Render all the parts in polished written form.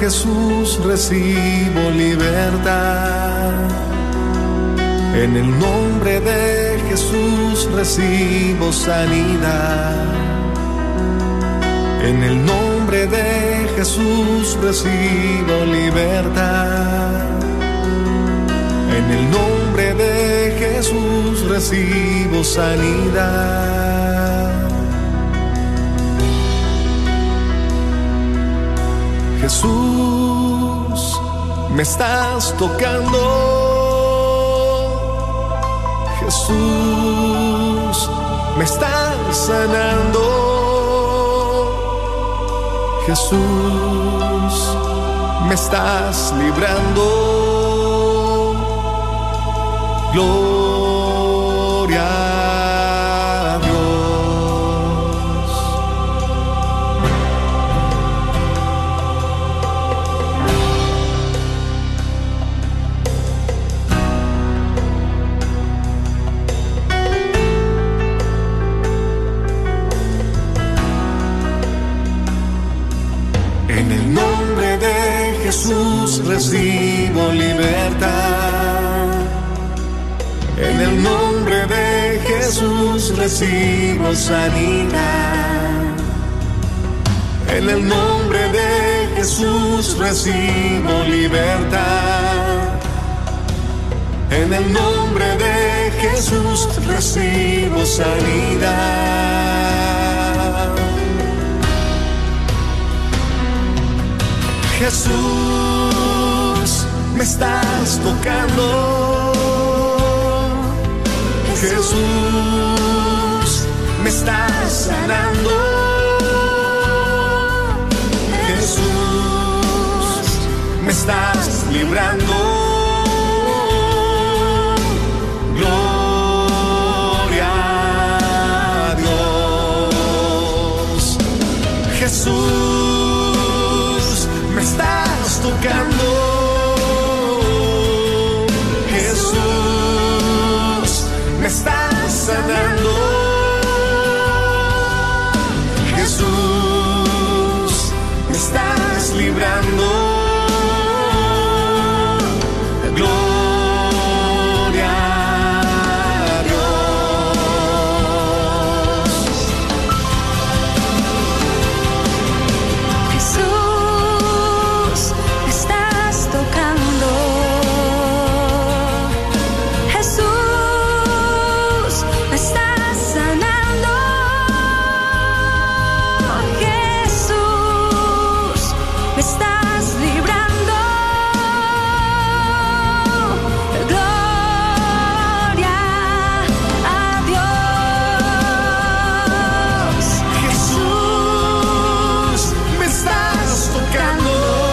Jesús recibo libertad. En el nombre de Jesús recibo sanidad. En el nombre de Jesús recibo libertad. En el nombre de Jesús recibo sanidad. Jesús, me estás tocando. Jesús, me estás sanando. Jesús, me estás librando. Gloria a Dios. En el nombre de Jesús recibo libertad. En el nombre de Jesús recibo sanidad. En el nombre de Jesús recibo libertad. En el nombre de Jesús recibo sanidad. Jesús, me estás tocando. Jesús, me estás sanando. Jesús, me estás librando. Gloria a Dios. Jesús, me estás tocando. Me estás sanando. Jesús, me estás librando. Gloria a Dios. Jesús, me estás tocando. Jesús, me estás sanando. Jesús, me estás librando. Gloria a Dios. Jesús, me estás tocando.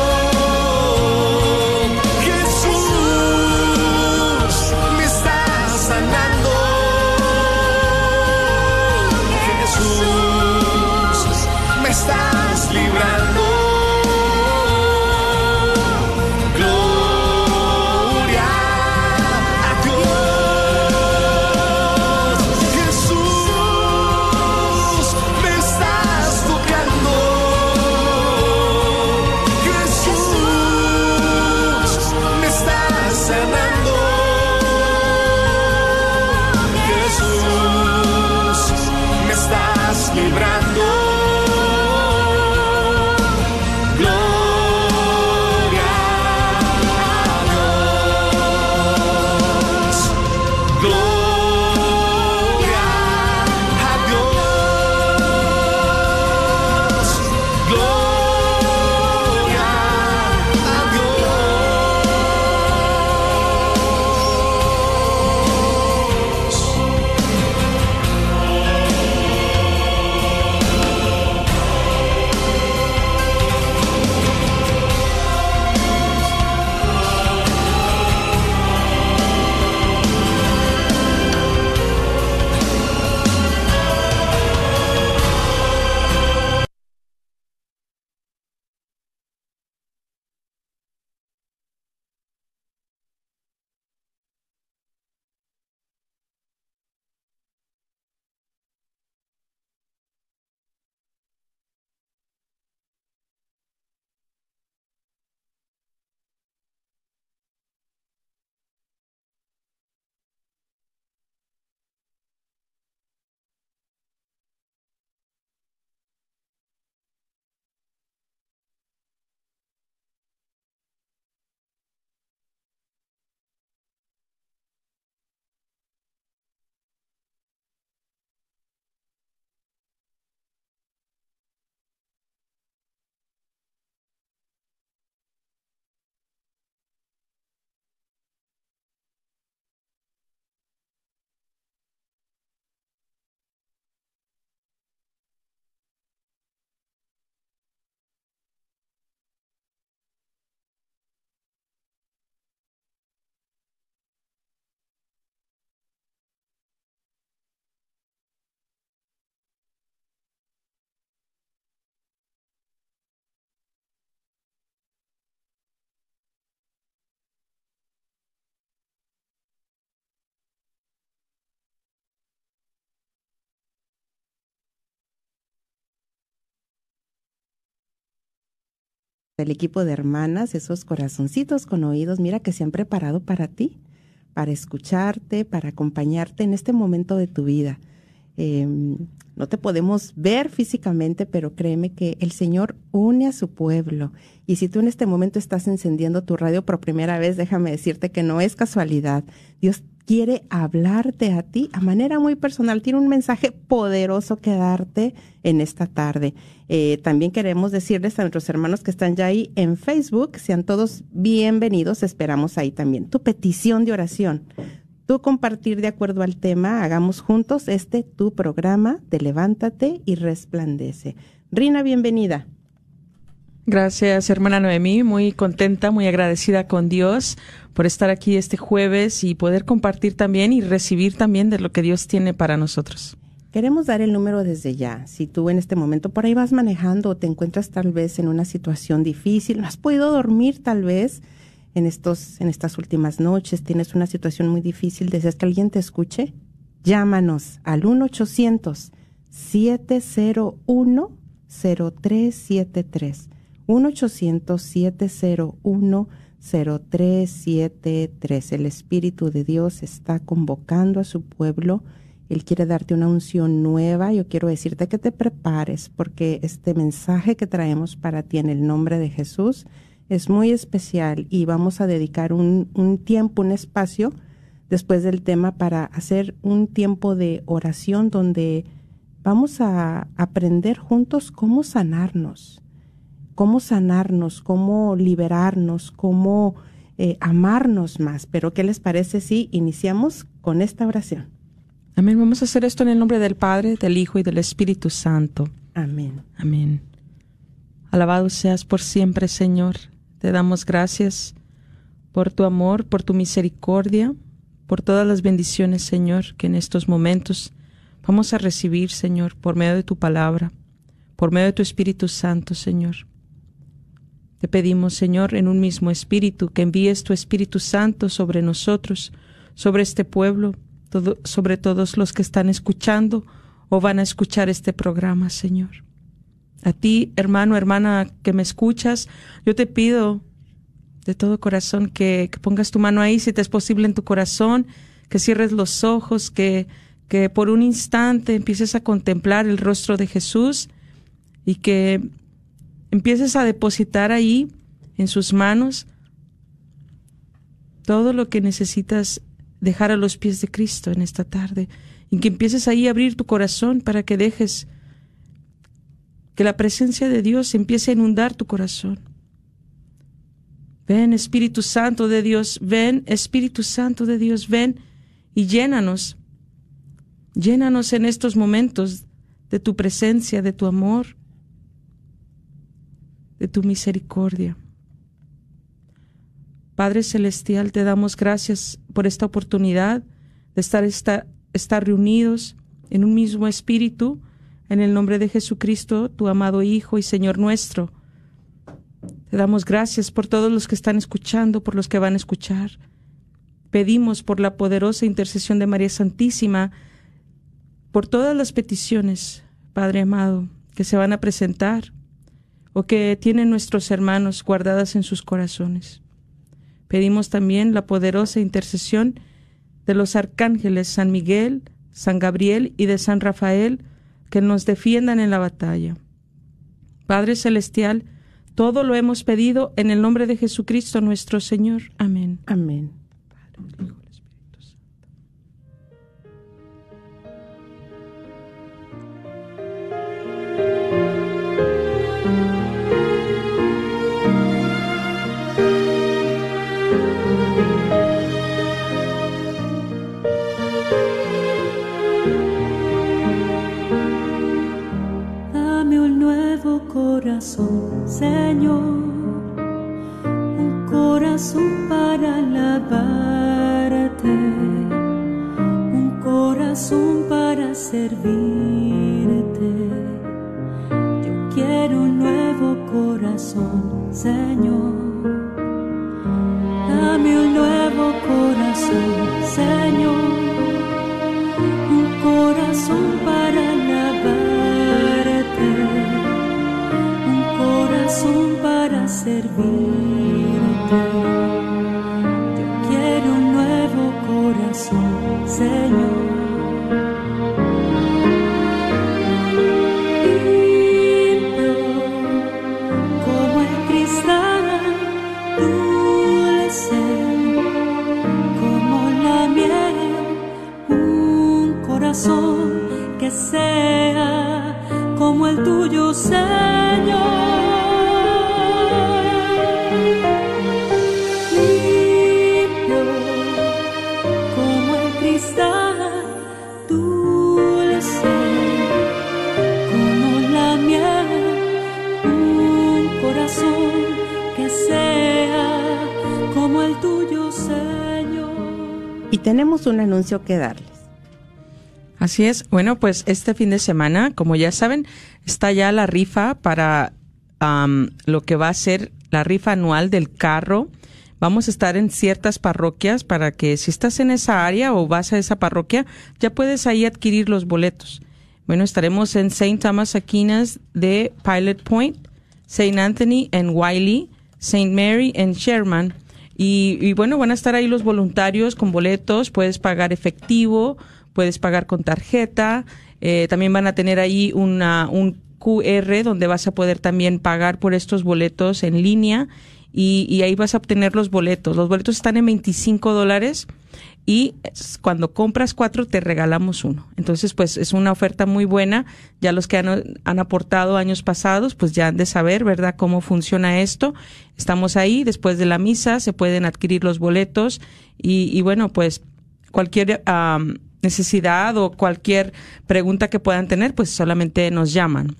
Jesús, me estás sanando. Jesús, me estás librando. Gloria a Dios. Jesús, me estás tocando. Jesús, me estás sanando. Jesús, me estás librando. Gloria a Dios. Gloria a Dios. Gloria a Dios. El equipo de hermanas, esos corazoncitos con oídos, mira que se han preparado para ti, para escucharte, para acompañarte en este momento de tu vida. No te podemos ver físicamente, pero créeme que el Señor une a su pueblo. Y si tú en este momento estás encendiendo tu radio por primera vez, déjame decirte que no es casualidad. Dios quiere hablarte a ti a manera muy personal. Tiene un mensaje poderoso que darte en esta tarde. También queremos decirles a nuestros hermanos que están ya ahí en Facebook, sean todos bienvenidos. Esperamos ahí también tu petición de oración, tu compartir de acuerdo al tema. Hagamos juntos tu programa de Levántate y Resplandece. Rina, bienvenida. Gracias, hermana Noemí. Muy contenta, muy agradecida con Dios por estar aquí este jueves y poder compartir también y recibir también de lo que Dios tiene para nosotros. Queremos dar el número desde ya. Si tú en este momento por ahí vas manejando o te encuentras tal vez en una situación difícil, no has podido dormir tal vez en estas últimas noches, tienes una situación muy difícil, deseas que alguien te escuche, llámanos al 1-800-701-0373. 1-800-701-0373. El Espíritu de Dios está convocando a su pueblo. Él quiere darte una unción nueva. Yo quiero decirte que te prepares porque este mensaje que traemos para ti en el nombre de Jesús es muy especial y vamos a dedicar un tiempo, un espacio después del tema para hacer un tiempo de oración donde vamos a aprender juntos cómo sanarnos, cómo liberarnos, cómo amarnos más. Pero ¿qué les parece si iniciamos con esta oración? Amén. Vamos a hacer esto en el nombre del Padre, del Hijo y del Espíritu Santo. Amén. Amén. Alabado seas por siempre, Señor. Te damos gracias por tu amor, por tu misericordia, por todas las bendiciones, Señor, que en estos momentos vamos a recibir, Señor, por medio de tu palabra, por medio de tu Espíritu Santo, Señor. Te pedimos, Señor, en un mismo espíritu, que envíes tu Espíritu Santo sobre nosotros, sobre este pueblo, sobre todos los que están escuchando o van a escuchar este programa, Señor. A ti, hermano, hermana, que me escuchas, yo te pido de todo corazón que pongas tu mano ahí, si te es posible, en tu corazón, que cierres los ojos, que por un instante empieces a contemplar el rostro de Jesús y que empieces a depositar ahí en sus manos todo lo que necesitas dejar a los pies de Cristo en esta tarde, y que empieces ahí a abrir tu corazón para que dejes que la presencia de Dios empiece a inundar tu corazón. Ven, Espíritu Santo de Dios, ven, Espíritu Santo de Dios, ven y llénanos. Llénanos en estos momentos de tu presencia, de tu amor, de tu misericordia. Padre Celestial, te damos gracias por esta oportunidad de estar reunidos en un mismo espíritu, en el nombre de Jesucristo, tu amado Hijo y Señor nuestro. Te damos gracias por todos los que están escuchando, por los que van a escuchar. Pedimos por la poderosa intercesión de María Santísima, por todas las peticiones, Padre amado, que se van a presentar o que tienen nuestros hermanos guardadas en sus corazones. Pedimos también la poderosa intercesión de los arcángeles San Miguel, San Gabriel y de San Rafael, que nos defiendan en la batalla. Padre Celestial, todo lo hemos pedido en el nombre de Jesucristo nuestro Señor. Amén. Amén. Padre, el Hijo, el Espíritu Santo. Dame un nuevo corazón, Señor, un corazón para alabarte, un corazón para servirte. Yo quiero un nuevo corazón, Señor. Dame un nuevo corazón, Señor, un corazón para alabarte, un corazón para para servirte. Yo quiero un nuevo corazón, Señor. Limpio como el cristal, dulce como la miel, un corazón que sea como el tuyo, Señor. Limpio como el cristal, dulce como la miel, un corazón que sea como el tuyo, Señor. Y tenemos un anuncio que darles. Así es. Bueno, pues este fin de semana, como ya saben, está ya la rifa para lo que va a ser la rifa anual del carro. Vamos a estar en ciertas parroquias para que si estás en esa área o vas a esa parroquia, ya puedes ahí adquirir los boletos. Bueno, estaremos en St. Thomas Aquinas de Pilot Point, St. Anthony en Wiley, St. Mary en Sherman. Y bueno, van a estar ahí los voluntarios con boletos. Puedes pagar efectivo, puedes pagar con tarjeta, también van a tener ahí un QR donde vas a poder también pagar por estos boletos en línea y ahí vas a obtener los boletos. Los boletos están en $25 y cuando compras 4 te regalamos 1. Entonces, pues es una oferta muy buena. Ya los que han aportado años pasados, pues ya han de saber, ¿verdad?, cómo funciona esto. Estamos ahí, después de la misa se pueden adquirir los boletos y bueno, pues cualquier necesidad o cualquier pregunta que puedan tener, pues solamente nos llaman.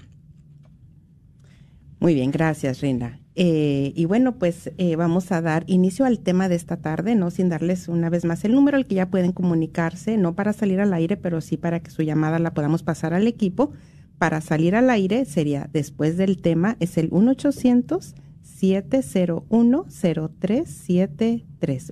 Muy bien, gracias, Rina. Y bueno, pues vamos a dar inicio al tema de esta tarde, ¿no? Sin darles una vez más el número al que ya pueden comunicarse, no para salir al aire, pero sí para que su llamada la podamos pasar al equipo. Para salir al aire sería después del tema, es el 1-800-701-0373.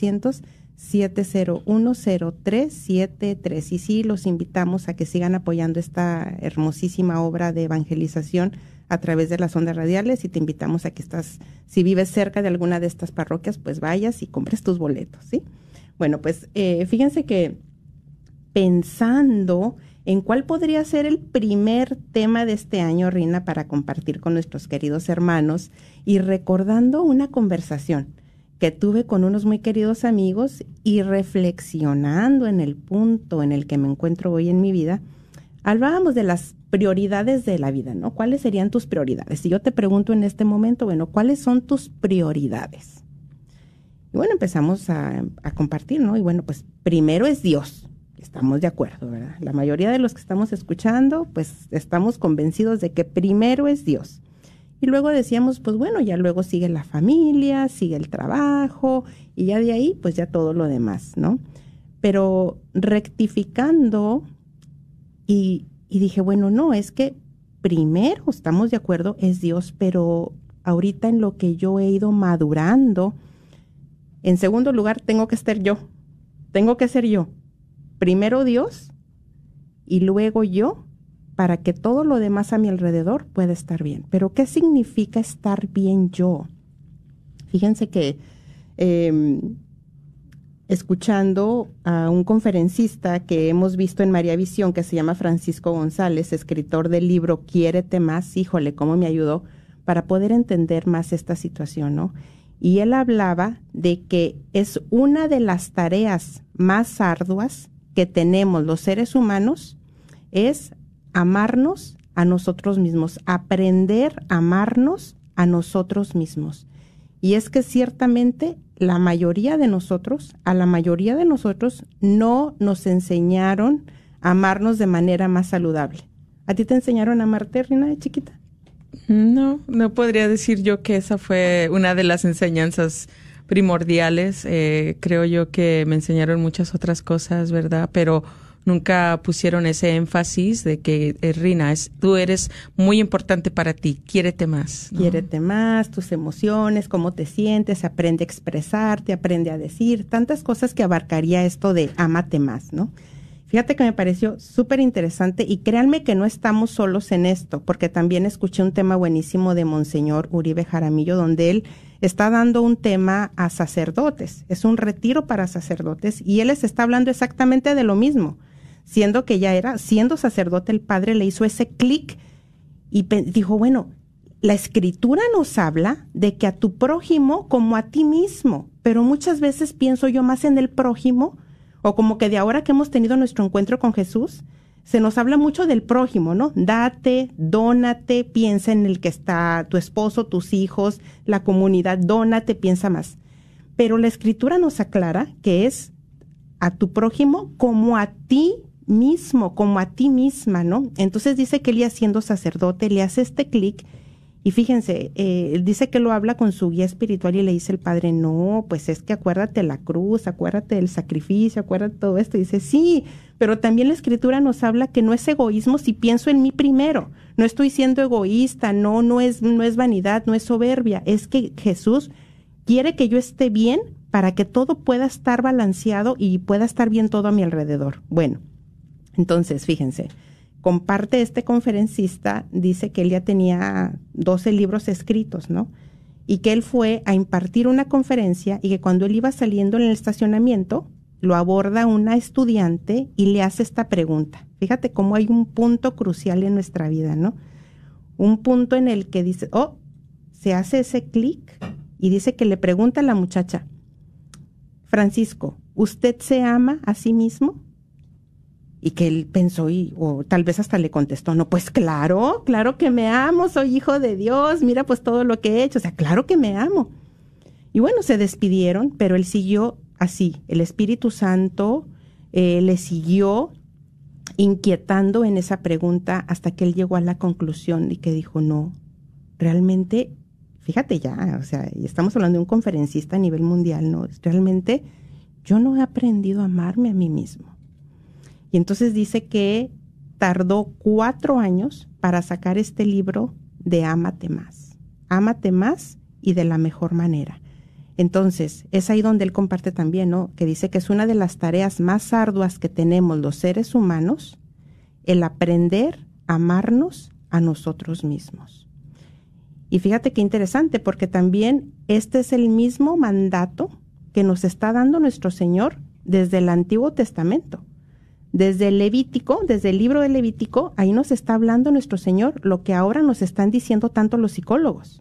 1-800-701-0373. Y sí, los invitamos a que sigan apoyando esta hermosísima obra de evangelización a través de las ondas radiales y te invitamos a que si vives cerca de alguna de estas parroquias, pues vayas y compres tus boletos, ¿sí? Bueno, pues fíjense que pensando en cuál podría ser el primer tema de este año, Rina, para compartir con nuestros queridos hermanos y recordando una conversación que tuve con unos muy queridos amigos y reflexionando en el punto en el que me encuentro hoy en mi vida, hablábamos de las prioridades de la vida, ¿no? ¿Cuáles serían tus prioridades? Si yo te pregunto en este momento, bueno, ¿cuáles son tus prioridades? Y bueno, empezamos a compartir, ¿no? Y bueno, pues primero es Dios, estamos de acuerdo, ¿verdad? La mayoría de los que estamos escuchando, pues estamos convencidos de que primero es Dios. Y luego decíamos, pues bueno, ya luego sigue la familia, sigue el trabajo, y ya de ahí, pues ya todo lo demás, ¿no? Pero rectificando y dije, bueno, no, es que primero, estamos de acuerdo, es Dios, pero ahorita en lo que yo he ido madurando, en segundo lugar, tengo que ser yo. Primero Dios y luego yo, para que todo lo demás a mi alrededor pueda estar bien. Pero ¿qué significa estar bien yo? Fíjense que escuchando a un conferencista que hemos visto en María Visión, que se llama Francisco González, escritor del libro Quiérete Más, híjole, cómo me ayudó para poder entender más esta situación, ¿no? Y él hablaba de que es una de las tareas más arduas que tenemos los seres humanos, es amarnos a nosotros mismos, aprender a amarnos a nosotros mismos. Y es que ciertamente a la mayoría de nosotros no nos enseñaron a amarnos de manera más saludable. ¿A ti te enseñaron a amarte, Rina, de chiquita? No podría decir yo que esa fue una de las enseñanzas primordiales. Creo yo que me enseñaron muchas otras cosas, ¿verdad? Pero nunca pusieron ese énfasis de que, Rina, tú eres muy importante para ti, quiérete más, ¿no? Quiérete más, tus emociones, cómo te sientes, aprende a expresarte, aprende a decir, tantas cosas que abarcaría esto de ámate más, ¿no? Fíjate que me pareció súper interesante y créanme que no estamos solos en esto, porque también escuché un tema buenísimo de Monseñor Uribe Jaramillo, donde él está dando un tema a sacerdotes. Es un retiro para sacerdotes y él les está hablando exactamente de lo mismo, siendo que siendo sacerdote, el padre le hizo ese clic y dijo, bueno, la escritura nos habla de que a tu prójimo como a ti mismo, pero muchas veces pienso yo más en el prójimo, o como que de ahora que hemos tenido nuestro encuentro con Jesús, se nos habla mucho del prójimo, ¿no? Date, dónate, piensa en el que está tu esposo, tus hijos, la comunidad, dónate, piensa más. Pero la escritura nos aclara que es a tu prójimo como a ti mismo, como a ti misma, ¿no? Entonces dice que él, siendo sacerdote, le hace este clic. Y fíjense, él dice que lo habla con su guía espiritual y le dice el padre, no, pues es que acuérdate la cruz, acuérdate del sacrificio, acuérdate de todo esto. Y dice, sí, pero también la escritura nos habla que no es egoísmo si pienso en mí primero. No estoy siendo egoísta, no es vanidad, no es soberbia. Es que Jesús quiere que yo esté bien para que todo pueda estar balanceado y pueda estar bien todo a mi alrededor. Bueno, entonces, fíjense. Comparte este conferencista, dice que él ya tenía 12 libros escritos, ¿no? Y que él fue a impartir una conferencia y que cuando él iba saliendo en el estacionamiento, lo aborda una estudiante y le hace esta pregunta. Fíjate cómo hay un punto crucial en nuestra vida, ¿no? Un punto en el que dice, se hace ese clic y dice que le pregunta a la muchacha, Francisco, ¿usted se ama a sí mismo? Y que él pensó o tal vez hasta le contestó, no, pues claro que me amo, soy hijo de Dios, mira pues todo lo que he hecho, o sea, claro que me amo. Y bueno, se despidieron, pero él siguió así, el Espíritu Santo le siguió inquietando en esa pregunta hasta que él llegó a la conclusión y que dijo, no, realmente, fíjate ya, o sea, estamos hablando de un conferencista a nivel mundial, ¿no? Realmente yo no he aprendido a amarme a mí mismo. Y entonces dice que tardó 4 años para sacar este libro de Ámate más y de la mejor manera. Entonces, es ahí donde él comparte también, ¿no? Que dice que es una de las tareas más arduas que tenemos los seres humanos, el aprender a amarnos a nosotros mismos. Y fíjate qué interesante, porque también este es el mismo mandato que nos está dando nuestro Señor desde el Antiguo Testamento. Desde el Levítico, desde el libro de Levítico, ahí nos está hablando nuestro Señor lo que ahora nos están diciendo tanto los psicólogos.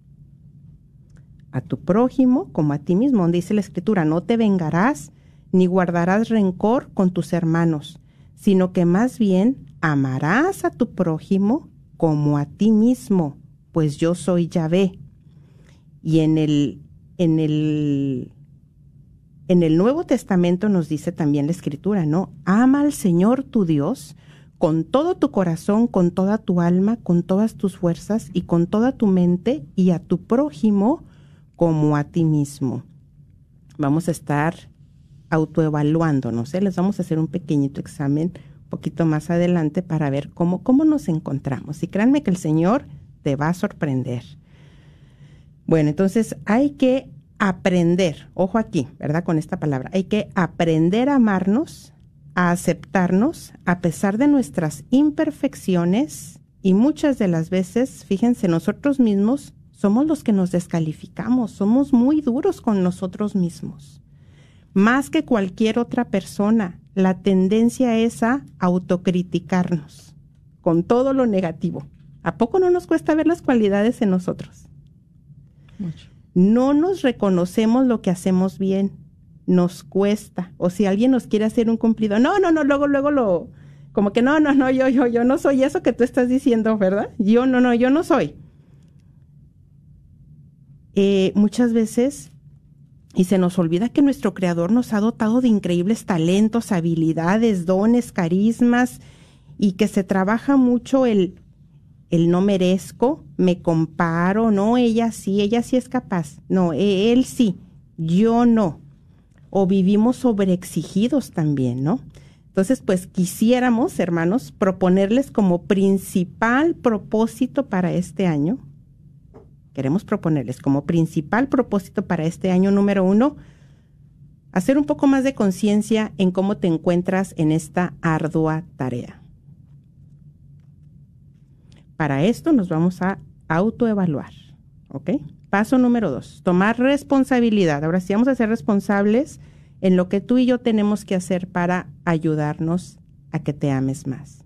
A tu prójimo como a ti mismo, donde dice la Escritura, no te vengarás ni guardarás rencor con tus hermanos, sino que más bien amarás a tu prójimo como a ti mismo, pues yo soy Yahvé. Y en el Nuevo Testamento nos dice también la Escritura, ¿no? Ama al Señor tu Dios con todo tu corazón, con toda tu alma, con todas tus fuerzas y con toda tu mente, y a tu prójimo como a ti mismo. Vamos a estar autoevaluándonos, ¿eh? Les vamos a hacer un pequeñito examen un poquito más adelante para ver cómo nos encontramos. Y créanme que el Señor te va a sorprender. Bueno, entonces hay que aprender, ojo aquí, ¿verdad? Con esta palabra, hay que aprender a amarnos, a aceptarnos a pesar de nuestras imperfecciones, y muchas de las veces, fíjense, nosotros mismos somos los que nos descalificamos, somos muy duros con nosotros mismos. Más que cualquier otra persona, la tendencia es a autocriticarnos con todo lo negativo. ¿A poco no nos cuesta ver las cualidades en nosotros? Mucho. No nos reconocemos lo que hacemos bien, nos cuesta. O si alguien nos quiere hacer un cumplido, luego como que no, yo no soy eso que tú estás diciendo, ¿verdad? Yo no soy. Muchas veces, y se nos olvida que nuestro Creador nos ha dotado de increíbles talentos, habilidades, dones, carismas, y que se trabaja mucho el no merezco, me comparo, no, ella sí es capaz, no, él sí, yo no. O vivimos sobreexigidos también, ¿no? Entonces, pues quisiéramos, hermanos, proponerles como principal propósito para este año. Queremos proponerles como principal propósito para este año número 1, hacer un poco más de conciencia en cómo te encuentras en esta ardua tarea. Para esto nos vamos a autoevaluar, ¿ok? Paso número 2, tomar responsabilidad. Ahora sí vamos a ser responsables en lo que tú y yo tenemos que hacer para ayudarnos a que te ames más.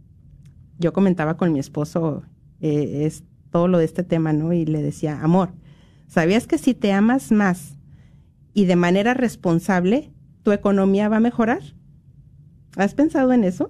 Yo comentaba con mi esposo es todo lo de este tema, ¿no? Y le decía, amor, ¿sabías que si te amas más y de manera responsable, tu economía va a mejorar? ¿Has pensado en eso?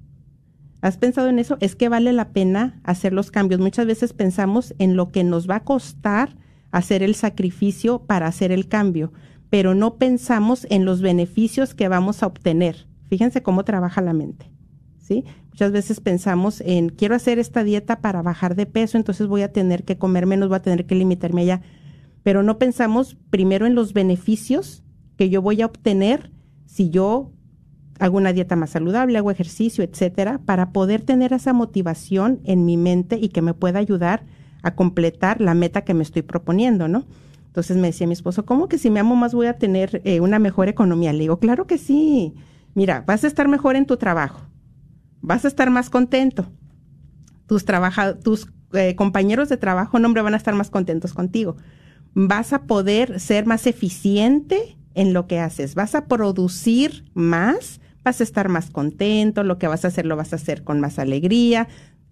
¿Has pensado en eso? Es que vale la pena hacer los cambios. Muchas veces pensamos en lo que nos va a costar hacer el sacrificio para hacer el cambio, pero no pensamos en los beneficios que vamos a obtener. Fíjense cómo trabaja la mente, ¿sí? Muchas veces pensamos en, quiero hacer esta dieta para bajar de peso, entonces voy a tener que comer menos, voy a tener que limitarme allá. Pero no pensamos primero en los beneficios que yo voy a obtener si yo hago una dieta más saludable, hago ejercicio, etcétera, para poder tener esa motivación en mi mente y que me pueda ayudar a completar la meta que me estoy proponiendo, ¿no? Entonces me decía mi esposo, ¿cómo que si me amo más voy a tener una mejor economía? Le digo, claro que sí. Mira, vas a estar mejor en tu trabajo, vas a estar más contento. Tus compañeros de trabajo, no, hombre, van a estar más contentos contigo. Vas a poder ser más eficiente en lo que haces, vas a producir más, vas a estar más contento, lo que vas a hacer lo vas a hacer con más alegría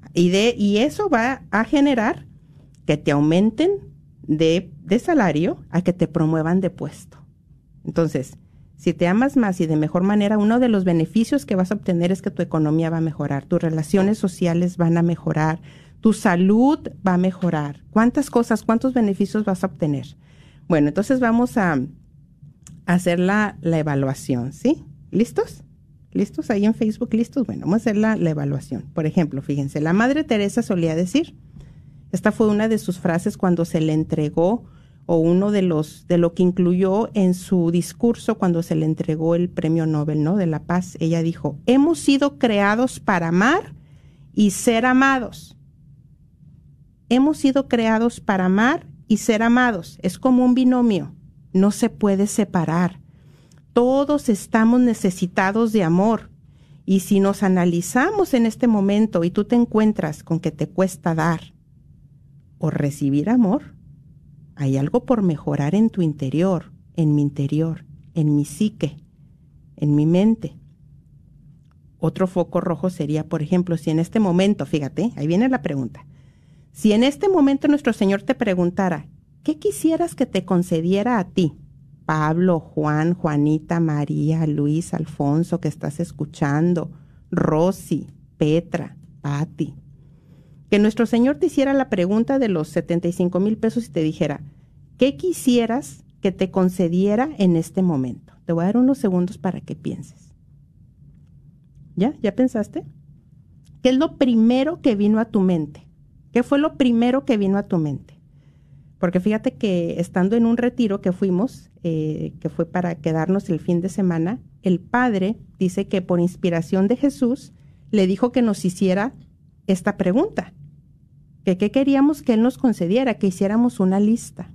y eso va a generar que te aumenten de salario a que te promuevan de puesto. Entonces, si te amas más y de mejor manera, uno de los beneficios que vas a obtener es que tu economía va a mejorar, tus relaciones sociales van a mejorar, tu salud va a mejorar. ¿Cuántas cosas, cuántos beneficios vas a obtener? Bueno, entonces vamos a hacer la evaluación, ¿sí? ¿Listos? ¿Listos ahí en Facebook? ¿Listos? Bueno, vamos a hacer la evaluación. Por ejemplo, fíjense, la Madre Teresa solía decir, esta fue una de sus frases cuando se le entregó, o uno de lo que incluyó en su discurso cuando se le entregó el Premio Nobel, ¿no? De la Paz. Ella dijo, hemos sido creados para amar y ser amados. Hemos sido creados para amar y ser amados. Es como un binomio. No se puede separar. Todos estamos necesitados de amor. Y si nos analizamos en este momento y tú te encuentras con que te cuesta dar o recibir amor, hay algo por mejorar en tu interior, en mi psique, en mi mente. Otro foco rojo sería, por ejemplo, si en este momento, fíjate, ahí viene la pregunta, si en este momento nuestro Señor te preguntara, ¿qué quisieras que te concediera a ti? Pablo, Juan, Juanita, María, Luis, Alfonso, que estás escuchando, Rosy, Petra, Pati. Que nuestro Señor te hiciera la pregunta de los 75,000 pesos y te dijera, ¿qué quisieras que te concediera en este momento? Te voy a dar unos segundos para que pienses. ¿Ya? ¿Ya pensaste? ¿Qué es lo primero que vino a tu mente? ¿Qué fue lo primero que vino a tu mente? Porque fíjate que estando en un retiro que fuimos, que fue para quedarnos el fin de semana, el padre dice que por inspiración de Jesús le dijo que nos hiciera esta pregunta, que qué queríamos que él nos concediera, que hiciéramos una lista.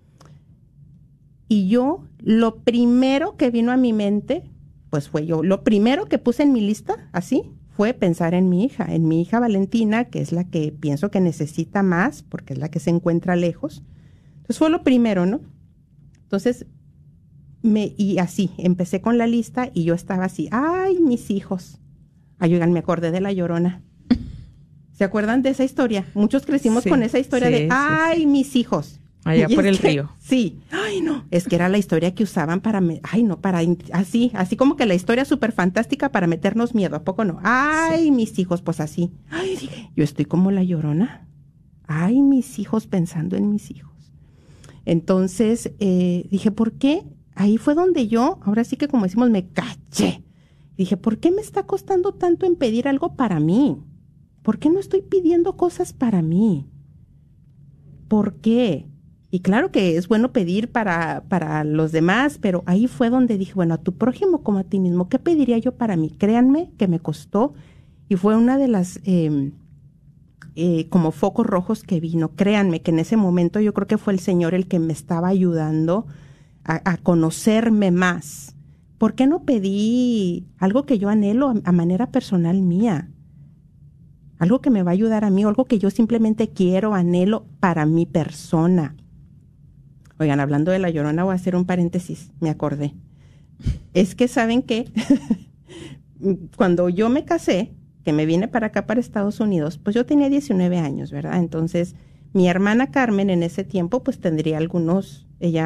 Y yo, lo primero que vino a mi mente, pues fue yo, lo primero que puse en mi lista, así, fue pensar en mi hija Valentina, que es la que pienso que necesita más, porque es la que se encuentra lejos. Entonces fue lo primero, ¿no? Entonces, y así, empecé con la lista y yo estaba así, ¡ay, mis hijos! Ay, oigan, me acordé de La Llorona. ¿Se acuerdan de esa historia? Muchos crecimos con esa historia de, ¡ay, mis hijos! Allá por el río. Sí. Ay, no. Es que era la historia que usaban para, así como que la historia súper fantástica para meternos miedo. ¿A poco no? Ay, sí. Mis hijos, pues así. Ay, dije, yo estoy como La Llorona. Ay, mis hijos, pensando en mis hijos. Entonces, dije, ¿por qué? Ahí fue donde yo, ahora sí que como decimos, me caché. Dije, ¿por qué me está costando tanto en pedir algo para mí? ¿Por qué no estoy pidiendo cosas para mí? ¿Por qué? Y claro que es bueno pedir para los demás, pero ahí fue donde dije, bueno, a tu prójimo como a ti mismo, ¿qué pediría yo para mí? Créanme que me costó y fue una de las como focos rojos que vino. Créanme que en ese momento yo creo que fue el Señor el que me estaba ayudando a conocerme más, ¿por qué no pedí algo que yo anhelo a manera personal mía? Algo que me va a ayudar a mí, o algo que yo simplemente quiero, anhelo para mi persona. Oigan, hablando de La Llorona, voy a hacer un paréntesis, me acordé. Es que, ¿saben qué? Cuando yo me casé, que me vine para acá, para Estados Unidos, pues yo tenía 19 años, ¿verdad? Entonces, mi hermana Carmen en ese tiempo, pues tendría algunos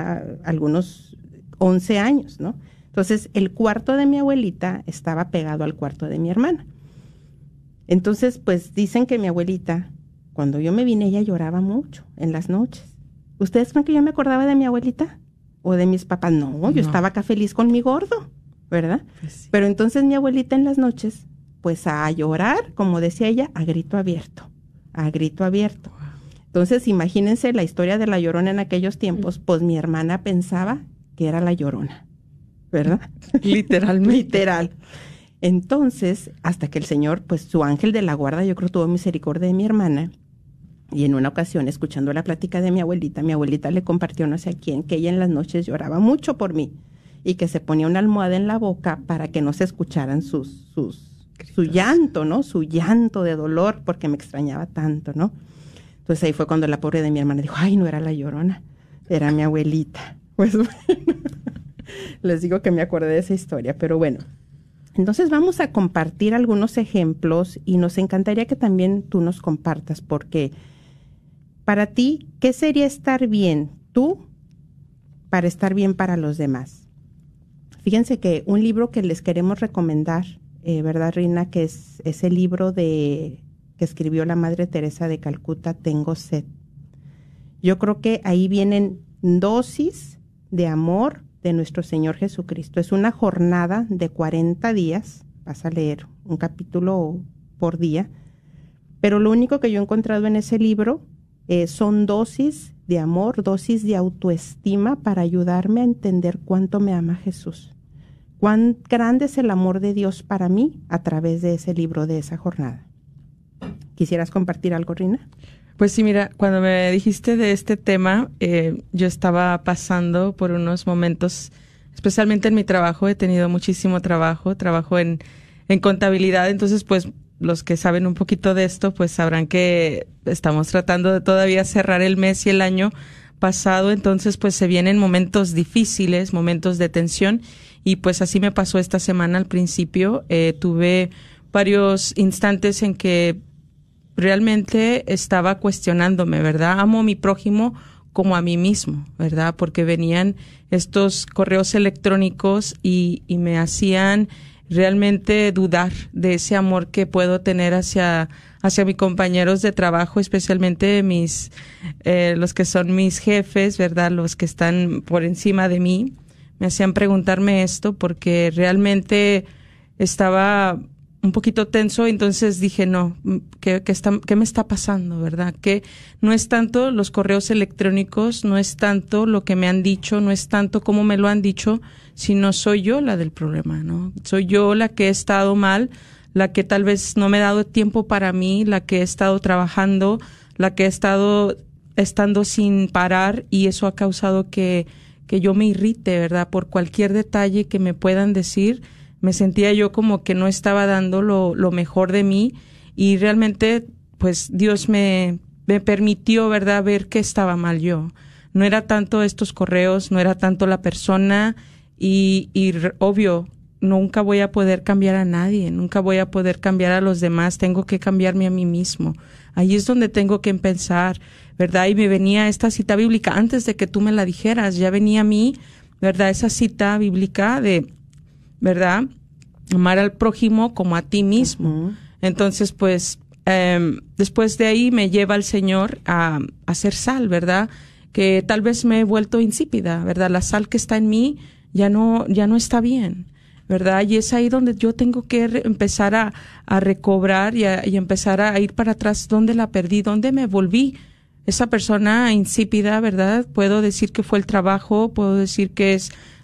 11 años, ¿no? Entonces, el cuarto de mi abuelita estaba pegado al cuarto de mi hermana. Entonces, pues dicen que mi abuelita, cuando yo me vine, ella lloraba mucho en las noches. ¿Ustedes creen que yo me acordaba de mi abuelita o de mis papás? No, yo estaba acá feliz con mi gordo, ¿verdad? Pues sí. Pero entonces mi abuelita en las noches, pues a llorar, como decía ella, a grito abierto, a grito abierto. Wow. Entonces, imagínense la historia de la Llorona en aquellos tiempos, pues mi hermana pensaba que era la Llorona, ¿verdad? Literalmente. Literal. Entonces, hasta que el Señor, pues su ángel de la guarda, yo creo tuvo misericordia de mi hermana, y en una ocasión, escuchando la plática de mi abuelita le compartió no sé a quién, que ella en las noches lloraba mucho por mí, y que se ponía una almohada en la boca para que no se escucharan su llanto, ¿no? Su llanto de dolor, porque me extrañaba tanto, ¿no? Entonces ahí fue cuando la pobre de mi hermana dijo, ay, no era la Llorona, era mi abuelita. Pues bueno, les digo que me acordé de esa historia, pero bueno. Entonces vamos a compartir algunos ejemplos y nos encantaría que también tú nos compartas, porque para ti, ¿qué sería estar bien tú para estar bien para los demás? Fíjense que un libro que les queremos recomendar, ¿verdad, Rina? Que es el libro que escribió la Madre Teresa de Calcuta, Tengo Sed. Yo creo que ahí vienen dosis de amor de nuestro Señor Jesucristo. Es una jornada de 40 días, vas a leer un capítulo por día, pero lo único que yo he encontrado en ese libro son dosis de amor, dosis de autoestima para ayudarme a entender cuánto me ama Jesús, cuán grande es el amor de Dios para mí a través de ese libro, de esa jornada. ¿Quisieras compartir algo, Rina? Pues sí, mira, cuando me dijiste de este tema, yo estaba pasando por unos momentos, especialmente en mi trabajo, he tenido muchísimo trabajo en contabilidad, entonces pues los que saben un poquito de esto, pues sabrán que estamos tratando de todavía cerrar el mes y el año pasado, entonces pues se vienen momentos difíciles, momentos de tensión, y pues así me pasó esta semana al principio. Tuve varios instantes en que realmente estaba cuestionándome, ¿verdad? Amo a mi prójimo como a mí mismo, ¿verdad? Porque venían estos correos electrónicos y me hacían realmente dudar de ese amor que puedo tener hacia mis compañeros de trabajo, especialmente los que son mis jefes, ¿verdad? Los que están por encima de mí. Me hacían preguntarme esto porque realmente estaba un poquito tenso, entonces dije, no, ¿qué me está pasando, verdad? Que no es tanto los correos electrónicos, no es tanto lo que me han dicho, no es tanto cómo me lo han dicho, sino soy yo la del problema, ¿no? Soy yo la que he estado mal, la que tal vez no me he dado tiempo para mí, la que he estado trabajando, la que he estado estando sin parar, y eso ha causado que yo me irrite, ¿verdad? Por cualquier detalle que me puedan decir. Me sentía yo como que no estaba dando lo mejor de mí, y realmente pues Dios me permitió, ¿verdad?, ver que estaba mal yo. No era tanto estos correos, no era tanto la persona, y obvio, nunca voy a poder cambiar a nadie, nunca voy a poder cambiar a los demás, tengo que cambiarme a mí mismo. Ahí es donde tengo que empezar, ¿verdad? Y me venía esta cita bíblica antes de que tú me la dijeras, ya venía a mí, ¿verdad?, esa cita bíblica de, ¿verdad?, amar al prójimo como a ti mismo. Uh-huh. Entonces, pues, después de ahí me lleva el Señor a hacer sal, ¿verdad? Que tal vez me he vuelto insípida, ¿verdad? La sal que está en mí ya no está bien, ¿verdad? Y es ahí donde yo tengo que empezar a recobrar y empezar a ir para atrás. ¿Dónde la perdí? ¿Dónde me volví esa persona insípida, verdad? Puedo decir que fue el trabajo, puedo decir que es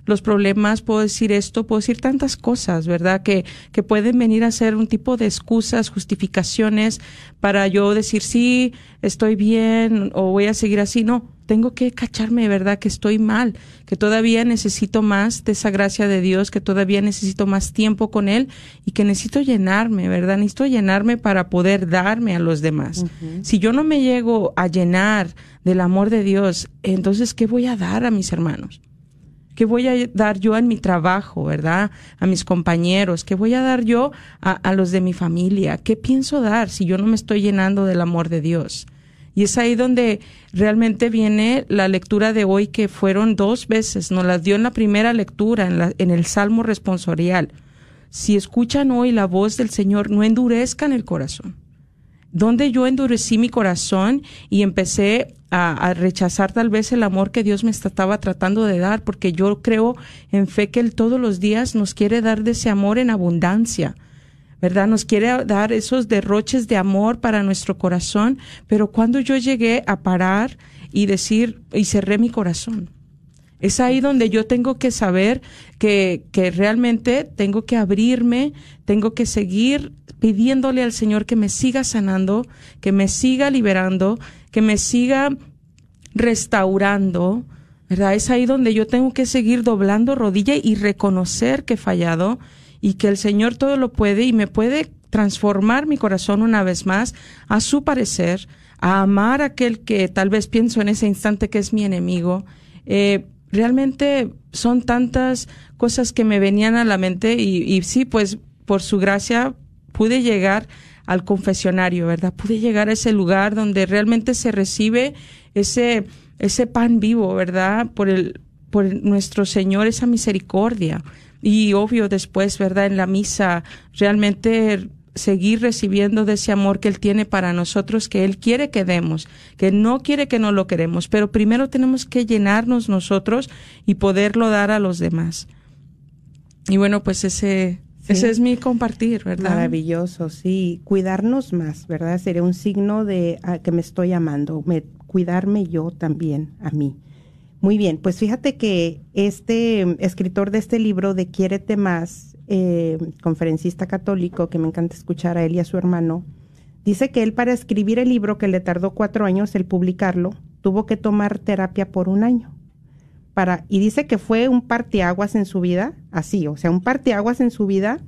los problemas, puedo decir esto, puedo decir tantas cosas, ¿verdad? Que pueden venir a ser un tipo de excusas, justificaciones para yo decir, sí, estoy bien o voy a seguir así. No, tengo que cacharme, ¿verdad? Que estoy mal, que todavía necesito más de esa gracia de Dios, que todavía necesito más tiempo con Él y que necesito llenarme, ¿verdad? Necesito llenarme para poder darme a los demás. Uh-huh. Si yo no me llego a llenar del amor de Dios, entonces, ¿qué voy a dar a mis hermanos? ¿Qué voy a dar yo en mi trabajo, verdad? A mis compañeros. ¿Qué voy a dar yo a los de mi familia? ¿Qué pienso dar si yo no me estoy llenando del amor de Dios? Y es ahí donde realmente viene la lectura de hoy, que fueron 2 veces. Nos las dio en la primera lectura, en el Salmo responsorial. Si escuchan hoy la voz del Señor, no endurezcan el corazón. Donde yo endurecí mi corazón y empecé a rechazar tal vez el amor que Dios me estaba tratando de dar, porque yo creo en fe que Él todos los días nos quiere dar de ese amor en abundancia, ¿verdad? Nos quiere dar esos derroches de amor para nuestro corazón, pero cuando yo llegué a parar y decir, y cerré mi corazón, es ahí donde yo tengo que saber que realmente tengo que abrirme, tengo que seguir pidiéndole al Señor que me siga sanando, que me siga liberando, que me siga restaurando, ¿verdad? Es ahí donde yo tengo que seguir doblando rodilla y reconocer que he fallado y que el Señor todo lo puede y me puede transformar mi corazón una vez más a su parecer, a amar a aquel que tal vez pienso en ese instante que es mi enemigo. Realmente son tantas cosas que me venían a la mente y sí, pues por su gracia pude llegar al confesionario, ¿verdad? Pude llegar a ese lugar donde realmente se recibe ese pan vivo, ¿verdad? Por nuestro Señor, esa misericordia. Y obvio después, ¿verdad? En la misa, realmente seguir recibiendo de ese amor que Él tiene para nosotros, que Él quiere que demos, que no quiere que no lo queremos, pero primero tenemos que llenarnos nosotros y poderlo dar a los demás. Y bueno, pues ese es mi compartir, ¿verdad? Maravilloso, sí. Cuidarnos más, ¿verdad? Sería un signo de que me estoy amando, cuidarme yo también a mí. Muy bien, pues fíjate que este escritor de este libro de Quiérete Más, conferencista católico, que me encanta escuchar a él y a su hermano, dice que él, para escribir el libro, que le tardó 4 años el publicarlo, tuvo que tomar terapia por 1 año. Y dice que fue un parteaguas en su vida, así, o sea, un parteaguas en su vida,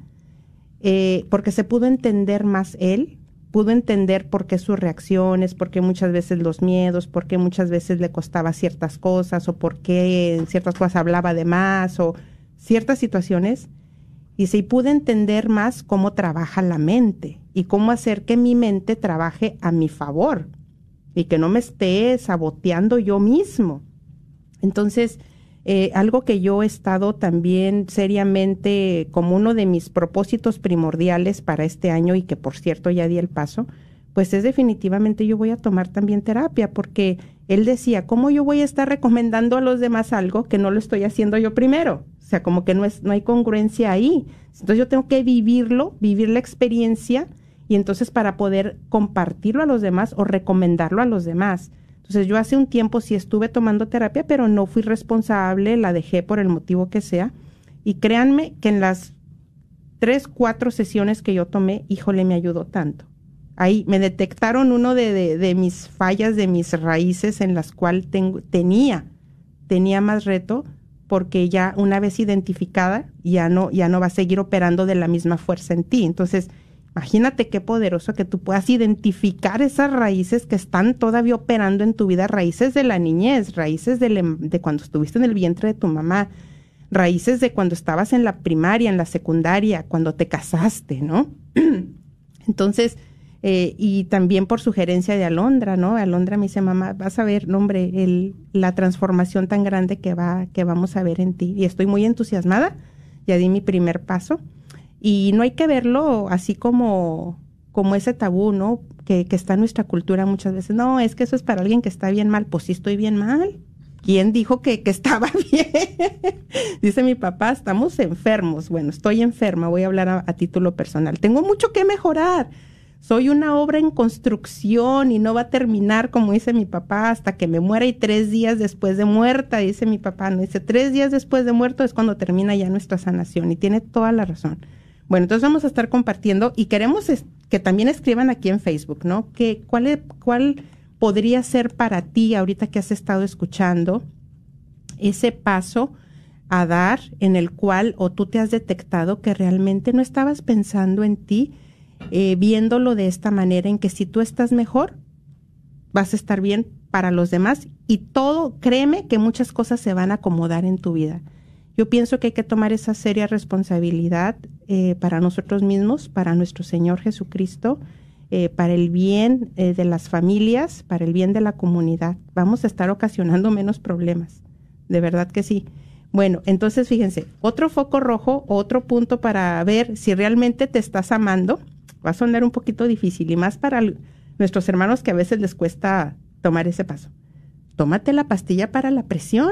porque se pudo entender más él, pudo entender por qué sus reacciones, por qué muchas veces los miedos, por qué muchas veces le costaba ciertas cosas, o por qué en ciertas cosas hablaba de más, o ciertas situaciones. Dice, y pude entender más cómo trabaja la mente, y cómo hacer que mi mente trabaje a mi favor, y que no me esté saboteando yo mismo. Entonces, algo que yo he estado también seriamente como uno de mis propósitos primordiales para este año, y que por cierto ya di el paso, pues es definitivamente yo voy a tomar también terapia, porque él decía, ¿cómo yo voy a estar recomendando a los demás algo que no lo estoy haciendo yo primero? O sea, como que no hay congruencia ahí. Entonces yo tengo que vivirlo, vivir la experiencia, y entonces para poder compartirlo a los demás o recomendarlo a los demás. Entonces yo hace un tiempo sí estuve tomando terapia, pero no fui responsable, la dejé por el motivo que sea. Y créanme que en las 3, 4 sesiones que yo tomé, híjole, me ayudó tanto. Ahí me detectaron uno de mis fallas, de mis raíces en las cuales tenía más reto, porque ya una vez identificada, ya no va a seguir operando de la misma fuerza en ti. Entonces, imagínate qué poderoso que tú puedas identificar esas raíces que están todavía operando en tu vida, raíces de la niñez, raíces de cuando estuviste en el vientre de tu mamá, raíces de cuando estabas en la primaria, en la secundaria, cuando te casaste, ¿no? Entonces, y también por sugerencia de Alondra, ¿no? Alondra me dice, mamá, vas a ver, no, hombre, la transformación tan grande que vamos a ver en ti. Y estoy muy entusiasmada, ya di mi primer paso. Y no hay que verlo así como ese tabú, ¿no? Que está en nuestra cultura muchas veces. No, es que eso es para alguien que está bien mal. Pues sí, estoy bien mal. ¿Quién dijo que estaba bien? Dice mi papá, estamos enfermos. Bueno, estoy enferma, voy a hablar a título personal. Tengo mucho que mejorar. soy una obra en construcción y no va a terminar, como dice mi papá, hasta que me muera, y 3 días después de muerta, dice mi papá, no, dice 3 días después de muerto es cuando termina ya nuestra sanación, y tiene toda la razón. Bueno, entonces vamos a estar compartiendo y queremos que también escriban aquí en Facebook, ¿no? ¿Cuál podría ser para ti, ahorita que has estado escuchando, ese paso a dar en el cual o tú te has detectado que realmente no estabas pensando en ti, viéndolo de esta manera, en que si tú estás mejor, vas a estar bien para los demás, y todo, créeme que muchas cosas se van a acomodar en tu vida. Yo pienso que hay que tomar esa seria responsabilidad para nosotros mismos, para nuestro Señor Jesucristo, para el bien de las familias, para el bien de la comunidad. Vamos a estar ocasionando menos problemas, de verdad que sí. Bueno, entonces fíjense, otro foco rojo, otro punto para ver si realmente te estás amando. Va a sonar un poquito difícil, y más para nuestros hermanos que a veces les cuesta tomar ese paso. Tómate la pastilla para la presión.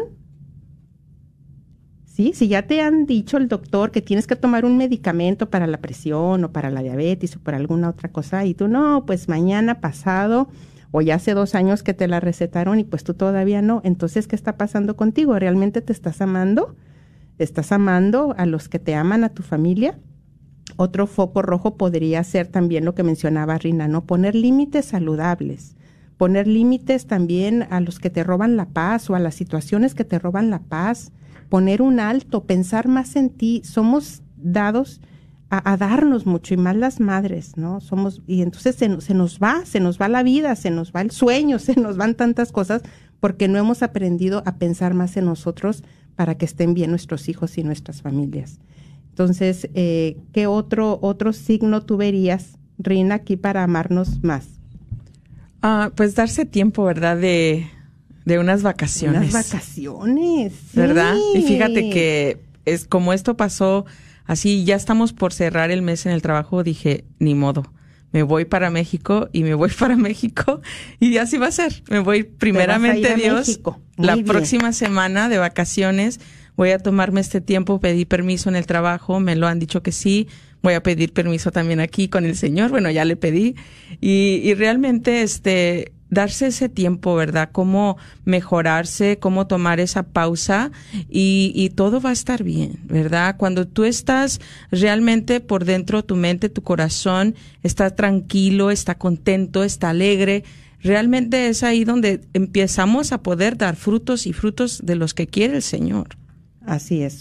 ¿Sí? Si ya te han dicho el doctor que tienes que tomar un medicamento para la presión o para la diabetes o para alguna otra cosa, y tú no, pues mañana, pasado, o ya hace 2 años que te la recetaron y pues tú todavía no. Entonces, ¿qué está pasando contigo? ¿Realmente te estás amando? ¿Estás amando a los que te aman, a tu familia? Otro foco rojo podría ser también lo que mencionaba Rina, ¿no? Poner límites saludables. Poner límites también a los que te roban la paz o a las situaciones que te roban la paz. Poner un alto, pensar más en ti. Somos dados a darnos mucho, y más las madres, ¿no? Y entonces se nos va la vida, se nos va el sueño, se nos van tantas cosas porque no hemos aprendido a pensar más en nosotros para que estén bien nuestros hijos y nuestras familias. Entonces, ¿qué otro signo tú verías, Rina, aquí para amarnos más? Pues darse tiempo, ¿verdad? De unas vacaciones. Unas vacaciones, sí. ¿Verdad? Y fíjate que es como esto pasó así, ya estamos por cerrar el mes en el trabajo, dije, ni modo, me voy para México y me voy para México y así va a ser. Me voy primeramente, Dios, la próxima semana de vacaciones. Voy a tomarme este tiempo, pedí permiso en el trabajo, me lo han dicho que sí. Voy a pedir permiso también aquí con el Señor, bueno, ya le pedí. Y realmente darse ese tiempo, ¿verdad? Cómo mejorarse, cómo tomar esa pausa y todo va a estar bien, ¿verdad? Cuando tú estás realmente por dentro, tu mente, tu corazón está tranquilo, está contento, está alegre, realmente es ahí donde empezamos a poder dar frutos y frutos de los que quiere el Señor. Así es,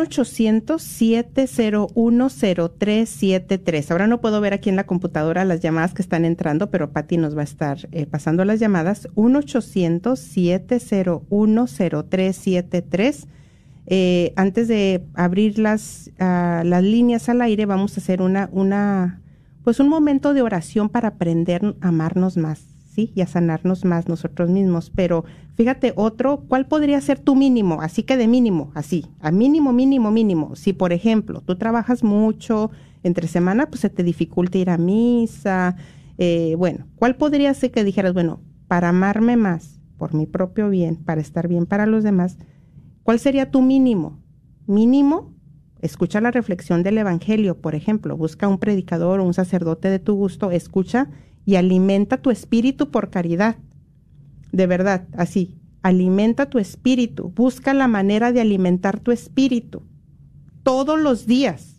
1-800-701-0373. Ahora no puedo ver aquí en la computadora las llamadas que están entrando, pero Pati nos va a estar pasando las llamadas. 1-800-701-0373. Antes de abrir las líneas al aire, vamos a hacer un momento de oración para aprender a amarnos más, ¿sí? Y a sanarnos más nosotros mismos. Pero fíjate, ¿cuál podría ser tu mínimo? Así que de mínimo, así, a mínimo. Si, por ejemplo, tú trabajas mucho, entre semana, pues se te dificulta ir a misa, ¿cuál podría ser que dijeras, bueno, para amarme más, por mi propio bien, para estar bien para los demás, ¿cuál sería tu mínimo? Mínimo, escucha la reflexión del Evangelio, por ejemplo, busca un predicador o un sacerdote de tu gusto, escucha y alimenta tu espíritu por caridad. De verdad, así, alimenta tu espíritu, busca la manera de alimentar tu espíritu todos los días,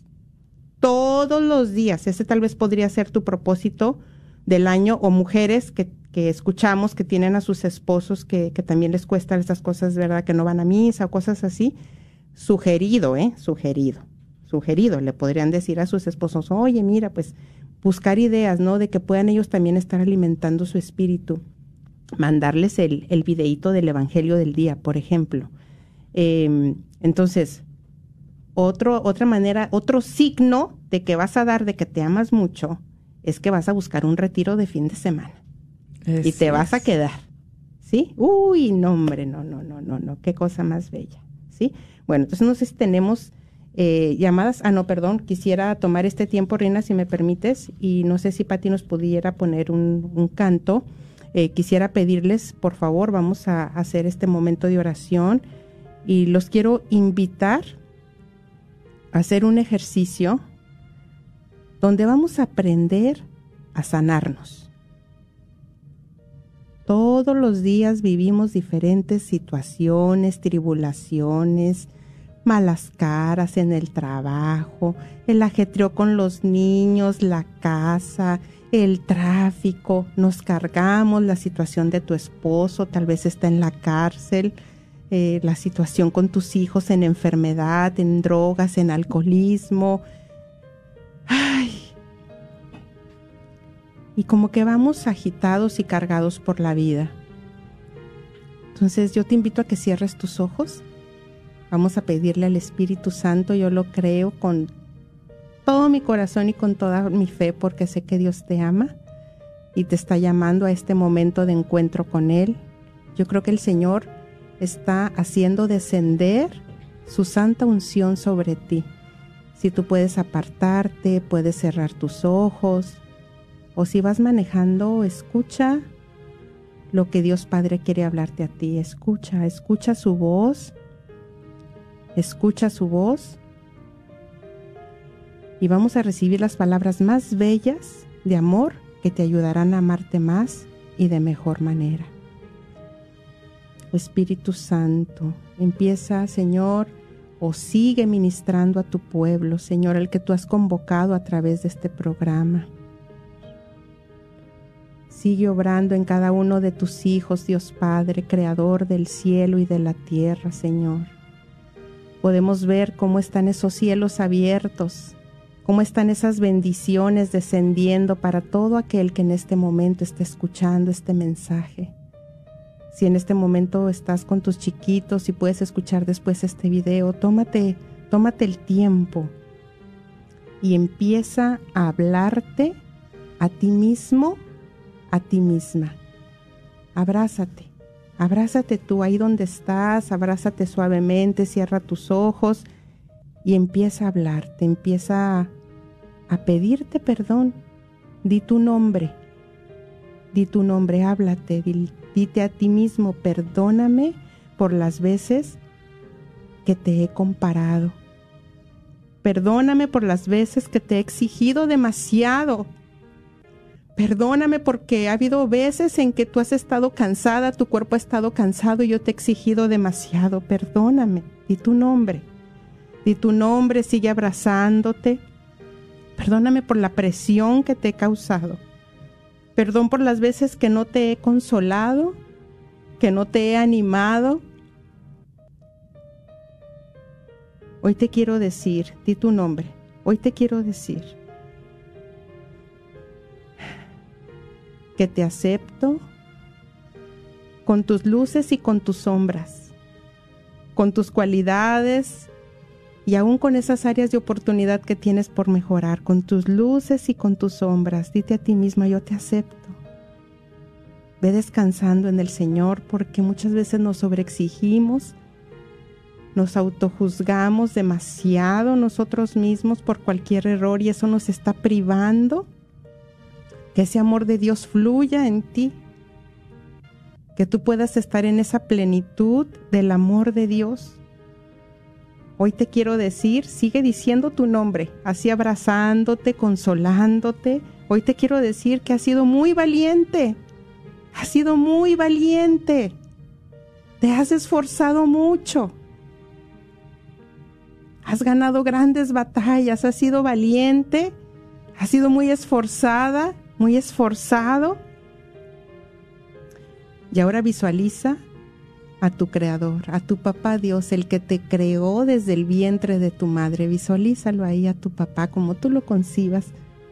ese tal vez podría ser tu propósito del año, o mujeres que escuchamos que tienen a sus esposos que también les cuestan estas cosas, ¿verdad? Que no van a misa o cosas así, sugerido, le podrían decir a sus esposos, oye, mira, pues buscar ideas, ¿no? De que puedan ellos también estar alimentando su espíritu. Mandarles el videíto del Evangelio del día, por ejemplo. Entonces, otra manera, otro signo de que vas a dar de que te amas mucho es que vas a buscar un retiro de fin de semana. Y te vas a quedar, ¿sí? Uy, no, hombre, no, qué cosa más bella, ¿sí? Bueno, entonces no sé si tenemos llamadas. Quisiera tomar este tiempo, Rina, si me permites, y no sé si Pati nos pudiera poner un canto. Quisiera pedirles, por favor, vamos a hacer este momento de oración y los quiero invitar a hacer un ejercicio donde vamos a aprender a sanarnos. Todos los días vivimos diferentes situaciones, tribulaciones, malas caras en el trabajo, el ajetreo con los niños, la casa, el tráfico. Nos cargamos la situación de tu esposo, tal vez está en la cárcel, la situación con tus hijos en enfermedad, en drogas, en alcoholismo. Ay. Y como que vamos agitados y cargados por la vida. Entonces yo te invito a que cierres tus ojos. Vamos a pedirle al Espíritu Santo, yo lo creo con todo mi corazón y con toda mi fe, porque sé que Dios te ama y te está llamando a este momento de encuentro con Él. Yo creo que el Señor está haciendo descender su santa unción sobre ti. Si tú puedes apartarte, puedes cerrar tus ojos, o si vas manejando, escucha lo que Dios Padre quiere hablarte a ti. Escucha su voz. Escucha su voz y vamos a recibir las palabras más bellas de amor que te ayudarán a amarte más y de mejor manera. Espíritu Santo, empieza, Señor, o sigue ministrando a tu pueblo, Señor, el que tú has convocado a través de este programa. Sigue obrando en cada uno de tus hijos, Dios Padre, creador del cielo y de la tierra, Señor. Podemos ver cómo están esos cielos abiertos, cómo están esas bendiciones descendiendo para todo aquel que en este momento esté escuchando este mensaje. Si en este momento estás con tus chiquitos y puedes escuchar después este video, tómate el tiempo y empieza a hablarte a ti mismo, a ti misma. Abrázate tú ahí donde estás, abrázate suavemente, cierra tus ojos y empieza a hablarte, empieza a pedirte perdón. Di tu nombre, háblate, dite a ti mismo, perdóname por las veces que te he comparado. Perdóname por las veces que te he exigido demasiado. Perdóname porque ha habido veces en que tú has estado cansada, tu cuerpo ha estado cansado y yo te he exigido demasiado. Perdóname, di tu nombre, sigue abrazándote. Perdóname por la presión que te he causado. Perdón por las veces que no te he consolado, que no te he animado. Hoy te quiero decir, di tu nombre, hoy te quiero decir que te acepto con tus luces y con tus sombras, con tus cualidades y aún con esas áreas de oportunidad que tienes por mejorar, con tus luces y con tus sombras. Dite a ti misma, yo te acepto. Ve descansando en el Señor, porque muchas veces nos sobreexigimos, nos autojuzgamos demasiado nosotros mismos por cualquier error y eso nos está privando que ese amor de Dios fluya en ti, que tú puedas estar en esa plenitud del amor de Dios. Hoy te quiero decir, sigue diciendo tu nombre, así abrazándote, consolándote. Hoy te quiero decir que has sido muy valiente, te has esforzado mucho, has ganado grandes batallas, has sido valiente, has sido muy esforzada, muy esforzado. Y ahora visualiza a tu Creador, a tu Papá Dios, el que te creó desde el vientre de tu madre. Visualízalo ahí a tu papá como tú lo concibas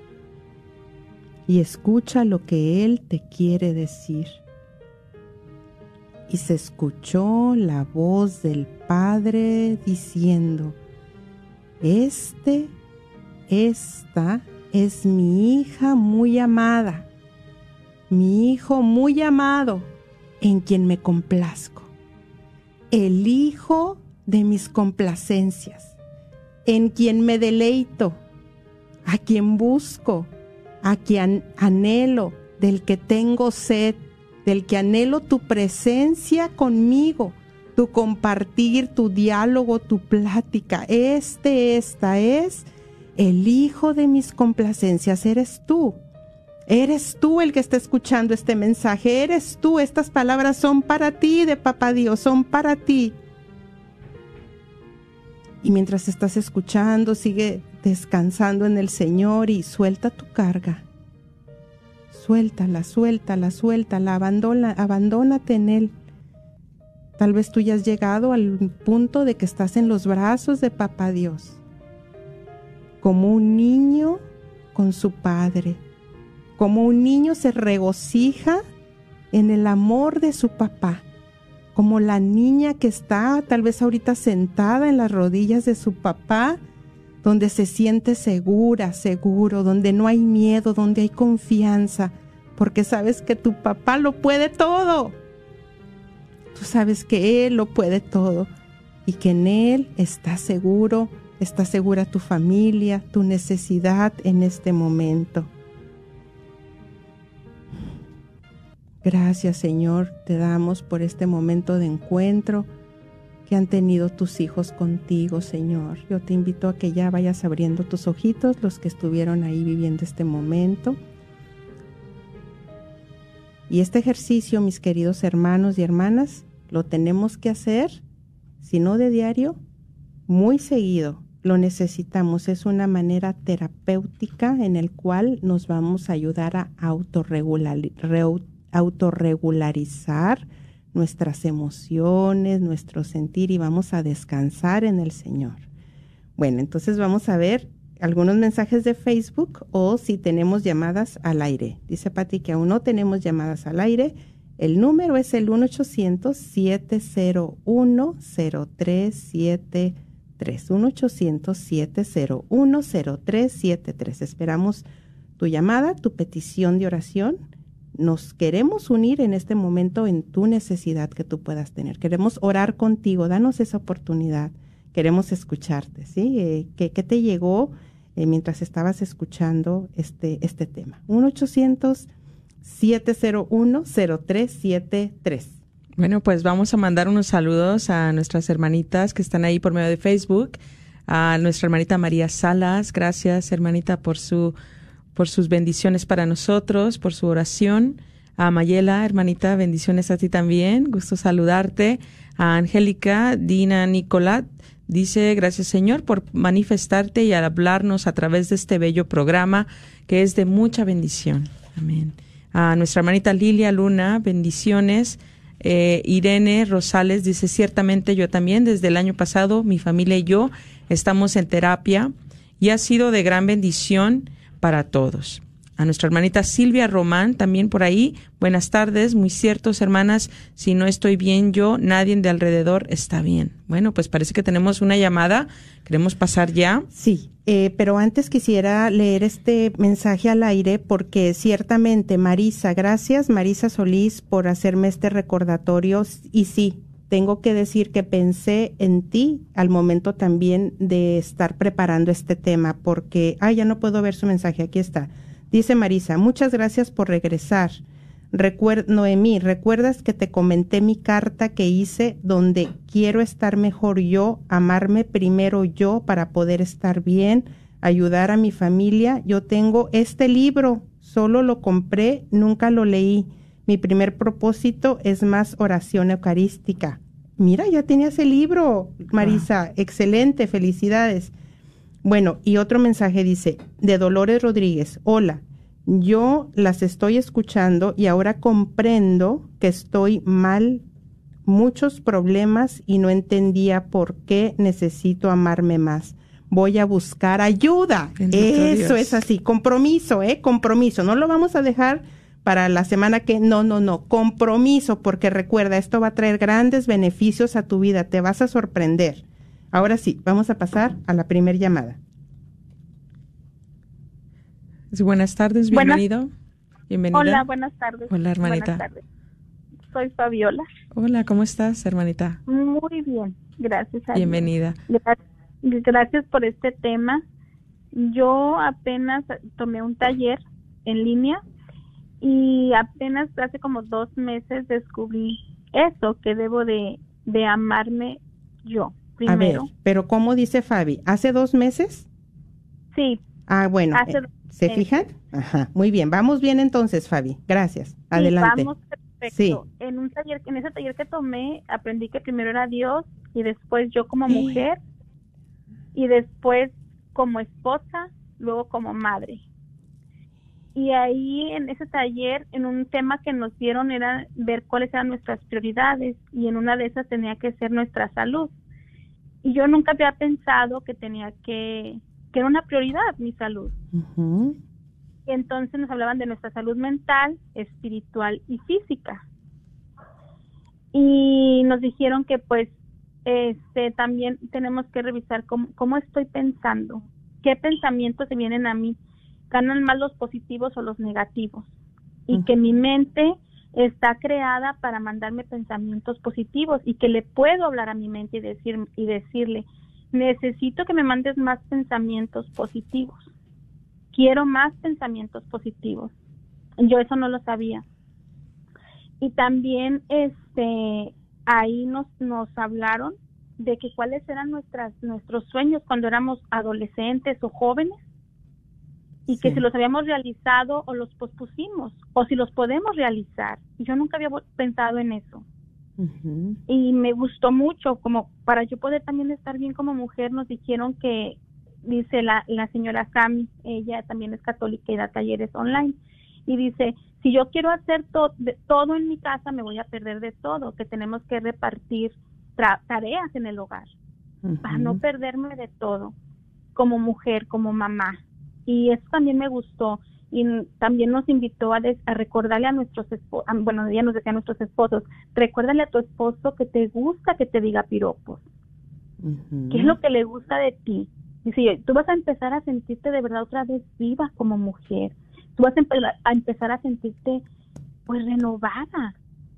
y escucha lo que Él te quiere decir. Y se escuchó la voz del Padre diciendo: esta es mi hija muy amada, mi hijo muy amado, en quien me complazco, el hijo de mis complacencias, en quien me deleito, a quien busco, a quien anhelo, del que tengo sed, del que anhelo tu presencia conmigo, tu compartir, tu diálogo, tu plática. Esta es el hijo de mis complacencias, eres tú. Eres tú el que está escuchando este mensaje, eres tú, estas palabras son para ti de Papá Dios, son para ti. Y mientras estás escuchando, sigue descansando en el Señor y suelta tu carga. Suéltala, suéltala, suéltala, abandónate en Él. Tal vez tú ya has llegado al punto de que estás en los brazos de Papá Dios, como un niño con su Padre, como un niño se regocija en el amor de su papá, como la niña que está tal vez ahorita sentada en las rodillas de su papá, donde se siente segura, seguro, donde no hay miedo, donde hay confianza, porque sabes que tu papá lo puede todo. Tú sabes que Él lo puede todo y que en Él está seguro, está segura tu familia, tu necesidad en este momento. Gracias, Señor, te damos por este momento de encuentro que han tenido tus hijos contigo, Señor. Yo te invito a que ya vayas abriendo tus ojitos, los que estuvieron ahí viviendo este momento. Y este ejercicio, mis queridos hermanos y hermanas, lo tenemos que hacer, si no de diario, muy seguido. Lo necesitamos, es una manera terapéutica en el cual nos vamos a ayudar a autorregularizar nuestras emociones, nuestro sentir y vamos a descansar en el Señor. Bueno, entonces vamos a ver algunos mensajes de Facebook o si tenemos llamadas al aire. Dice Pati que aún no tenemos llamadas al aire. El número es el 1-800-701-0373. 1-800-701-0373. Esperamos tu llamada, tu petición de oración. Nos queremos unir en este momento en tu necesidad que tú puedas tener. Queremos orar contigo, danos esa oportunidad. Queremos escucharte, ¿sí? ¿Qué te llegó mientras estabas escuchando este tema? 1-800-701-0373. Bueno, pues vamos a mandar unos saludos a nuestras hermanitas que están ahí por medio de Facebook. A nuestra hermanita María Salas, gracias hermanita por sus bendiciones para nosotros, por su oración. A Mayela, hermanita, bendiciones a ti también, gusto saludarte. A Angélica Dina Nicolat, dice, gracias Señor por manifestarte y hablarnos a través de este bello programa que es de mucha bendición. Amén. A nuestra hermanita Lilia Luna, bendiciones. Irene Rosales dice, ciertamente yo también, desde el año pasado, mi familia y yo estamos en terapia y ha sido de gran bendición para todos. A nuestra hermanita Silvia Román, también por ahí, buenas tardes, muy ciertos hermanas, si no estoy bien yo, nadie de alrededor está bien. Bueno, pues parece que tenemos una llamada, queremos pasar ya. Sí, pero antes quisiera leer este mensaje al aire porque ciertamente Marisa, gracias Marisa Solís por hacerme este recordatorio y sí, tengo que decir que pensé en ti al momento también de estar preparando este tema porque, ya no puedo ver su mensaje, aquí está. Dice Marisa, muchas gracias por regresar. Noemí, ¿recuerdas que te comenté mi carta que hice donde quiero estar mejor yo, amarme primero yo para poder estar bien, ayudar a mi familia? Yo tengo este libro, solo lo compré, nunca lo leí. Mi primer propósito es más oración eucarística. Mira, ya tenías el libro, Marisa, excelente, felicidades. Bueno, y otro mensaje dice, de Dolores Rodríguez, hola, yo las estoy escuchando y ahora comprendo que estoy mal, muchos problemas y no entendía por qué necesito amarme más. Voy a buscar ayuda. Bendito Eso Dios. es así, compromiso, compromiso. No lo vamos a dejar para la semana que, no, compromiso, porque recuerda, esto va a traer grandes beneficios a tu vida, te vas a sorprender. Ahora sí, vamos a pasar a la primer llamada. Sí, buenas tardes, bienvenido. Bienvenida. Hola, buenas tardes. Hola, hermanita. Buenas tardes. Soy Fabiola. Hola, ¿cómo estás, hermanita? Muy bien, gracias a Bienvenida. Dios. Gracias por este tema. Yo apenas tomé un taller en línea y apenas hace como 2 meses descubrí eso, que debo de amarme yo primero. A ver, pero ¿cómo dice Fabi? ¿Hace 2 meses? Sí, Ah, bueno, ¿se fijan? Ajá, muy bien, vamos bien entonces, Fabi, gracias, adelante. Vamos perfecto. Sí. En ese taller que tomé, aprendí que primero era Dios y después yo como mujer y después como esposa, luego como madre. Y ahí en ese taller, en un tema que nos dieron era ver cuáles eran nuestras prioridades y en una de esas tenía que ser nuestra salud. Y yo nunca había pensado que era una prioridad mi salud. Uh-huh. Y entonces nos hablaban de nuestra salud mental, espiritual y física. Y nos dijeron que pues también tenemos que revisar cómo estoy pensando, qué pensamientos se vienen a mí, ganan más los positivos o los negativos, y que mi mente está creada para mandarme pensamientos positivos y que le puedo hablar a mi mente y decirle, necesito que me mandes más pensamientos positivos, quiero más pensamientos positivos. Yo eso no lo sabía. Y también ahí nos hablaron de que cuáles eran nuestros sueños cuando éramos adolescentes o jóvenes, y que si los habíamos realizado o los pospusimos, o si los podemos realizar. Y yo nunca había pensado en eso. Uh-huh. Y me gustó mucho, como para yo poder también estar bien como mujer. Nos dijeron que, dice la señora Sami, ella también es católica y da talleres online, y dice, si yo quiero hacer todo en mi casa, me voy a perder de todo, que tenemos que repartir tareas en el hogar, uh-huh, para no perderme de todo, como mujer, como mamá. Y eso también me gustó, y también nos invitó a recordarle a nuestros esposos, bueno, ella nos decía a nuestros esposos, recuérdale a tu esposo que te gusta que te diga piropos, uh-huh, qué es lo que le gusta de ti. Dice, tú vas a empezar a sentirte de verdad otra vez viva como mujer, tú vas a empezar a sentirte pues renovada.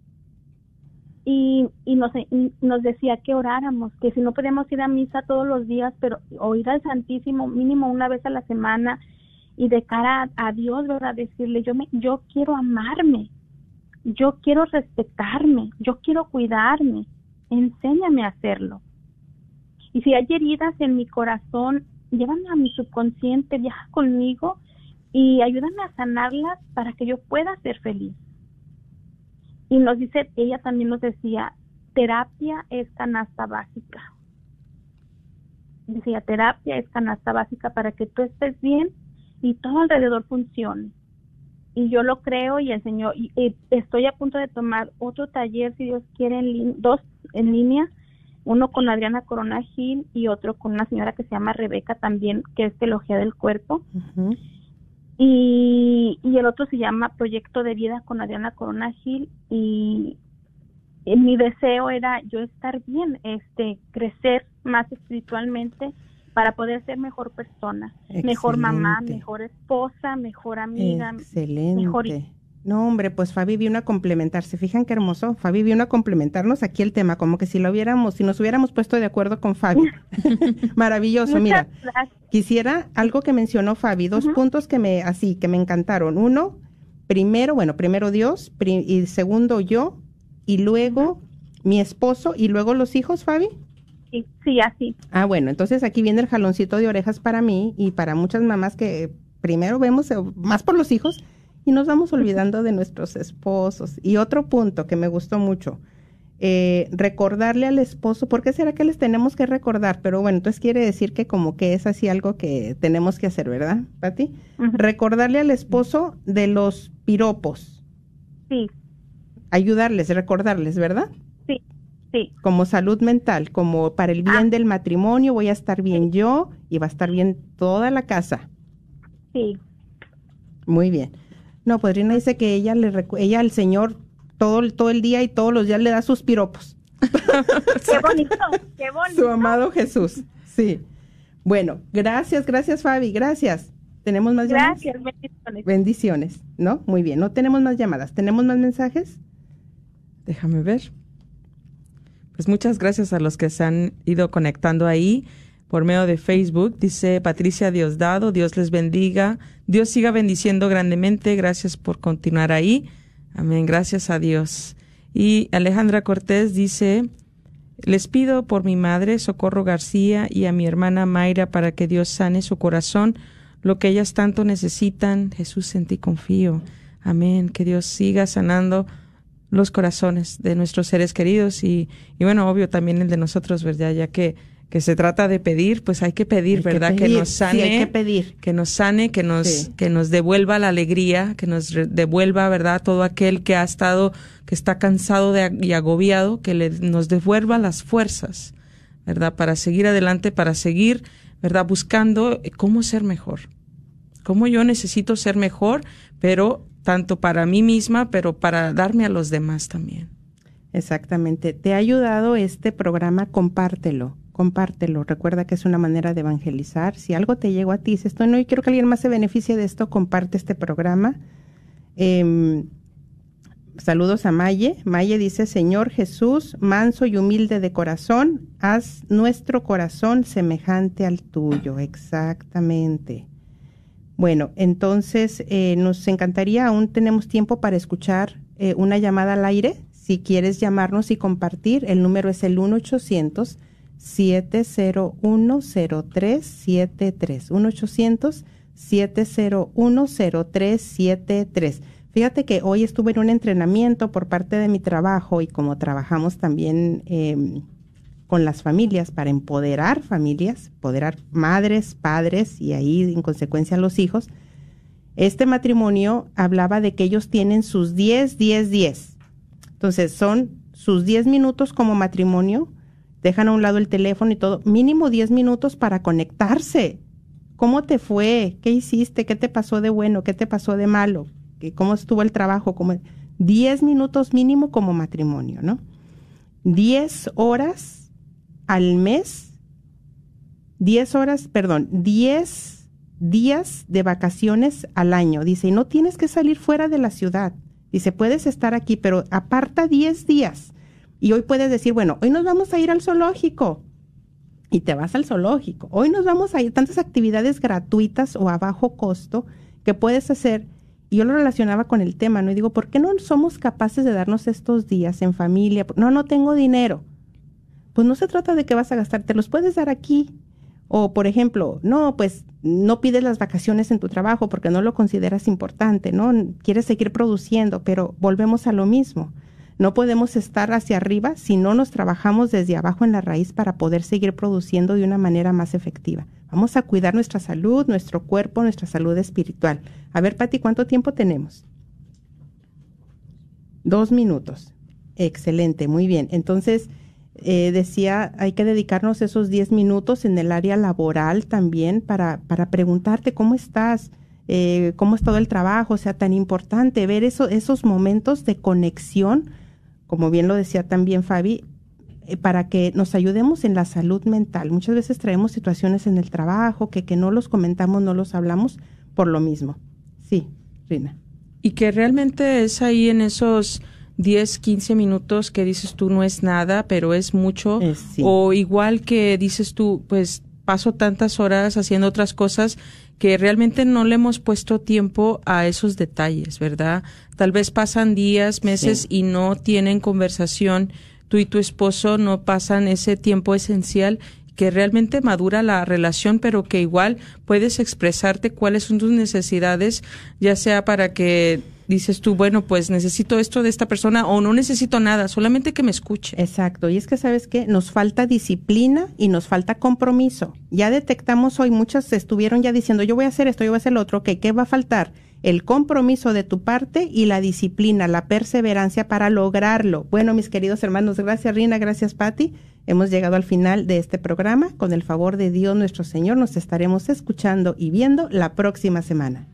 Y nos decía que oráramos, que si no podíamos ir a misa todos los días, pero o ir al Santísimo mínimo una vez a la semana, y de cara a Dios, ¿verdad? Decirle, yo quiero amarme, yo quiero respetarme, yo quiero cuidarme, enséñame a hacerlo. Y si hay heridas en mi corazón, llévame a mi subconsciente, viaja conmigo y ayúdame a sanarlas para que yo pueda ser feliz. Y ella también nos decía, terapia es canasta básica. Decía, terapia es canasta básica para que tú estés bien y todo alrededor funcione. Y yo lo creo, y el Señor, y estoy a punto de tomar otro taller, si Dios quiere, dos en línea, uno con Adriana Corona Gil y otro con una señora que se llama Rebeca también, que es teología del cuerpo. Uh-huh. Y el otro se llama Proyecto de Vida con Adriana Corona Gil, y mi deseo era yo estar bien, crecer más espiritualmente para poder ser mejor persona, excelente, mejor mamá, mejor esposa, mejor amiga. Excelente. Mejor... No, hombre, pues Fabi vino a complementar. ¿Se fijan qué hermoso? Fabi vino a complementarnos aquí el tema, como que si nos hubiéramos puesto de acuerdo con Fabi. Maravilloso. Mira, quisiera algo que mencionó Fabi, dos puntos que me encantaron. Uno, primero Dios, y segundo yo, y luego mi esposo, y luego los hijos, Fabi. Sí, así. Ah, bueno, entonces aquí viene el jaloncito de orejas para mí y para muchas mamás que primero vemos más por los hijos y nos vamos olvidando de nuestros esposos. Y otro punto que me gustó mucho, recordarle al esposo. ¿Por qué será que les tenemos que recordar? Pero bueno, entonces quiere decir que como que es así algo que tenemos que hacer, ¿verdad, Pati? Uh-huh. Recordarle al esposo de los piropos. Sí. Ayudarles, recordarles, ¿verdad? Sí. Sí. Como salud mental, como para el bien del matrimonio, voy a estar bien yo y va a estar bien toda la casa. Sí. Muy bien. No, pues Rina dice que ella al Señor todo el día y todos los días le da sus piropos. Qué bonito, qué bonito. Su amado Jesús, sí. Bueno, gracias Fabi, gracias. ¿Tenemos más llamadas? Gracias, bendiciones. Bendiciones, ¿no? Muy bien, no tenemos más llamadas. ¿Tenemos más mensajes? Déjame ver. Pues muchas gracias a los que se han ido conectando ahí por medio de Facebook. Dice Patricia Diosdado, Dios les bendiga. Dios siga bendiciendo grandemente. Gracias por continuar ahí. Amén, gracias a Dios. Y Alejandra Cortés dice, les pido por mi madre Socorro García y a mi hermana Mayra para que Dios sane su corazón. lo que ellas tanto necesitan. Jesús, en ti confío. Amén. Que Dios siga sanando los corazones de nuestros seres queridos y bueno, obvio también el de nosotros, ¿verdad? Ya que se trata de pedir, pues hay que pedir, ¿verdad? Que nos sane, sí, hay que pedir. Que nos sane, que nos devuelva la alegría, que nos devuelva, ¿verdad? Todo aquel que ha estado, que está cansado y agobiado, que nos devuelva las fuerzas, ¿verdad? Para seguir adelante, para seguir, ¿verdad? Buscando cómo ser mejor, cómo yo necesito ser mejor, pero tanto para mí misma, pero para darme a los demás también. Exactamente. ¿Te ha ayudado este programa? Compártelo. Recuerda que es una manera de evangelizar. Si algo te llegó a ti, dices, no, yo quiero que alguien más se beneficie de esto, comparte este programa. Saludos a Maye. Maye dice, Señor Jesús, manso y humilde de corazón, haz nuestro corazón semejante al tuyo. Exactamente. Bueno, entonces nos encantaría, aún tenemos tiempo para escuchar una llamada al aire. Si quieres llamarnos y compartir, el número es el 1-800-701-0373. 1-800-701-0373. Fíjate que hoy estuve en un entrenamiento por parte de mi trabajo y como trabajamos también con las familias para empoderar familias, empoderar madres, padres y ahí en consecuencia los hijos, este matrimonio hablaba de que ellos tienen sus 10. Entonces son sus 10 minutos como matrimonio, dejan a un lado el teléfono y todo, mínimo 10 minutos para conectarse. ¿Cómo te fue? ¿Qué hiciste? ¿Qué te pasó de bueno? ¿Qué te pasó de malo? ¿Cómo estuvo el trabajo? 10 minutos mínimo como matrimonio, ¿no? 10 horas al mes, 10 días de vacaciones al año. Dice, y no tienes que salir fuera de la ciudad. Dice, puedes estar aquí, pero aparta 10 días. Y hoy puedes decir, bueno, hoy nos vamos a ir al zoológico. Y te vas al zoológico. Hoy nos vamos a ir, tantas actividades gratuitas o a bajo costo que puedes hacer. Y yo lo relacionaba con el tema, ¿no? Y digo, ¿por qué no somos capaces de darnos estos días en familia? No tengo dinero. Pues no se trata de que vas a gastar, te los puedes dar aquí. O, por ejemplo, no, pues no pides las vacaciones en tu trabajo porque no lo consideras importante, ¿no? Quieres seguir produciendo, pero volvemos a lo mismo. No podemos estar hacia arriba si no nos trabajamos desde abajo en la raíz para poder seguir produciendo de una manera más efectiva. Vamos a cuidar nuestra salud, nuestro cuerpo, nuestra salud espiritual. A ver, Pati, ¿cuánto tiempo tenemos? 2 minutos. Excelente, muy bien. Entonces, decía, hay que dedicarnos esos 10 minutos en el área laboral también para preguntarte cómo estás, cómo es todo el trabajo, o sea, tan importante ver esos momentos de conexión, como bien lo decía también Fabi, para que nos ayudemos en la salud mental. Muchas veces traemos situaciones en el trabajo que no los comentamos, no los hablamos por lo mismo. Sí, Rina. Y que realmente es ahí en esos 10, 15 minutos que dices tú no es nada, pero es mucho. Sí. O igual que dices tú, pues paso tantas horas haciendo otras cosas que realmente no le hemos puesto tiempo a esos detalles, ¿verdad? Tal vez pasan días, meses Sí. y no tienen conversación. Tú y tu esposo no pasan ese tiempo esencial que realmente madura la relación, pero que igual puedes expresarte cuáles son tus necesidades, ya sea para que dices tú, bueno, pues necesito esto de esta persona o no necesito nada, solamente que me escuche. Exacto, y es que ¿sabes qué? Nos falta disciplina y nos falta compromiso. Ya detectamos hoy, muchas estuvieron ya diciendo, yo voy a hacer esto, yo voy a hacer lo otro, ¿qué va a faltar? El compromiso de tu parte y la disciplina, la perseverancia para lograrlo. Bueno, mis queridos hermanos, gracias Rina, gracias Pati. Hemos llegado al final de este programa. Con el favor de Dios nuestro Señor, nos estaremos escuchando y viendo la próxima semana.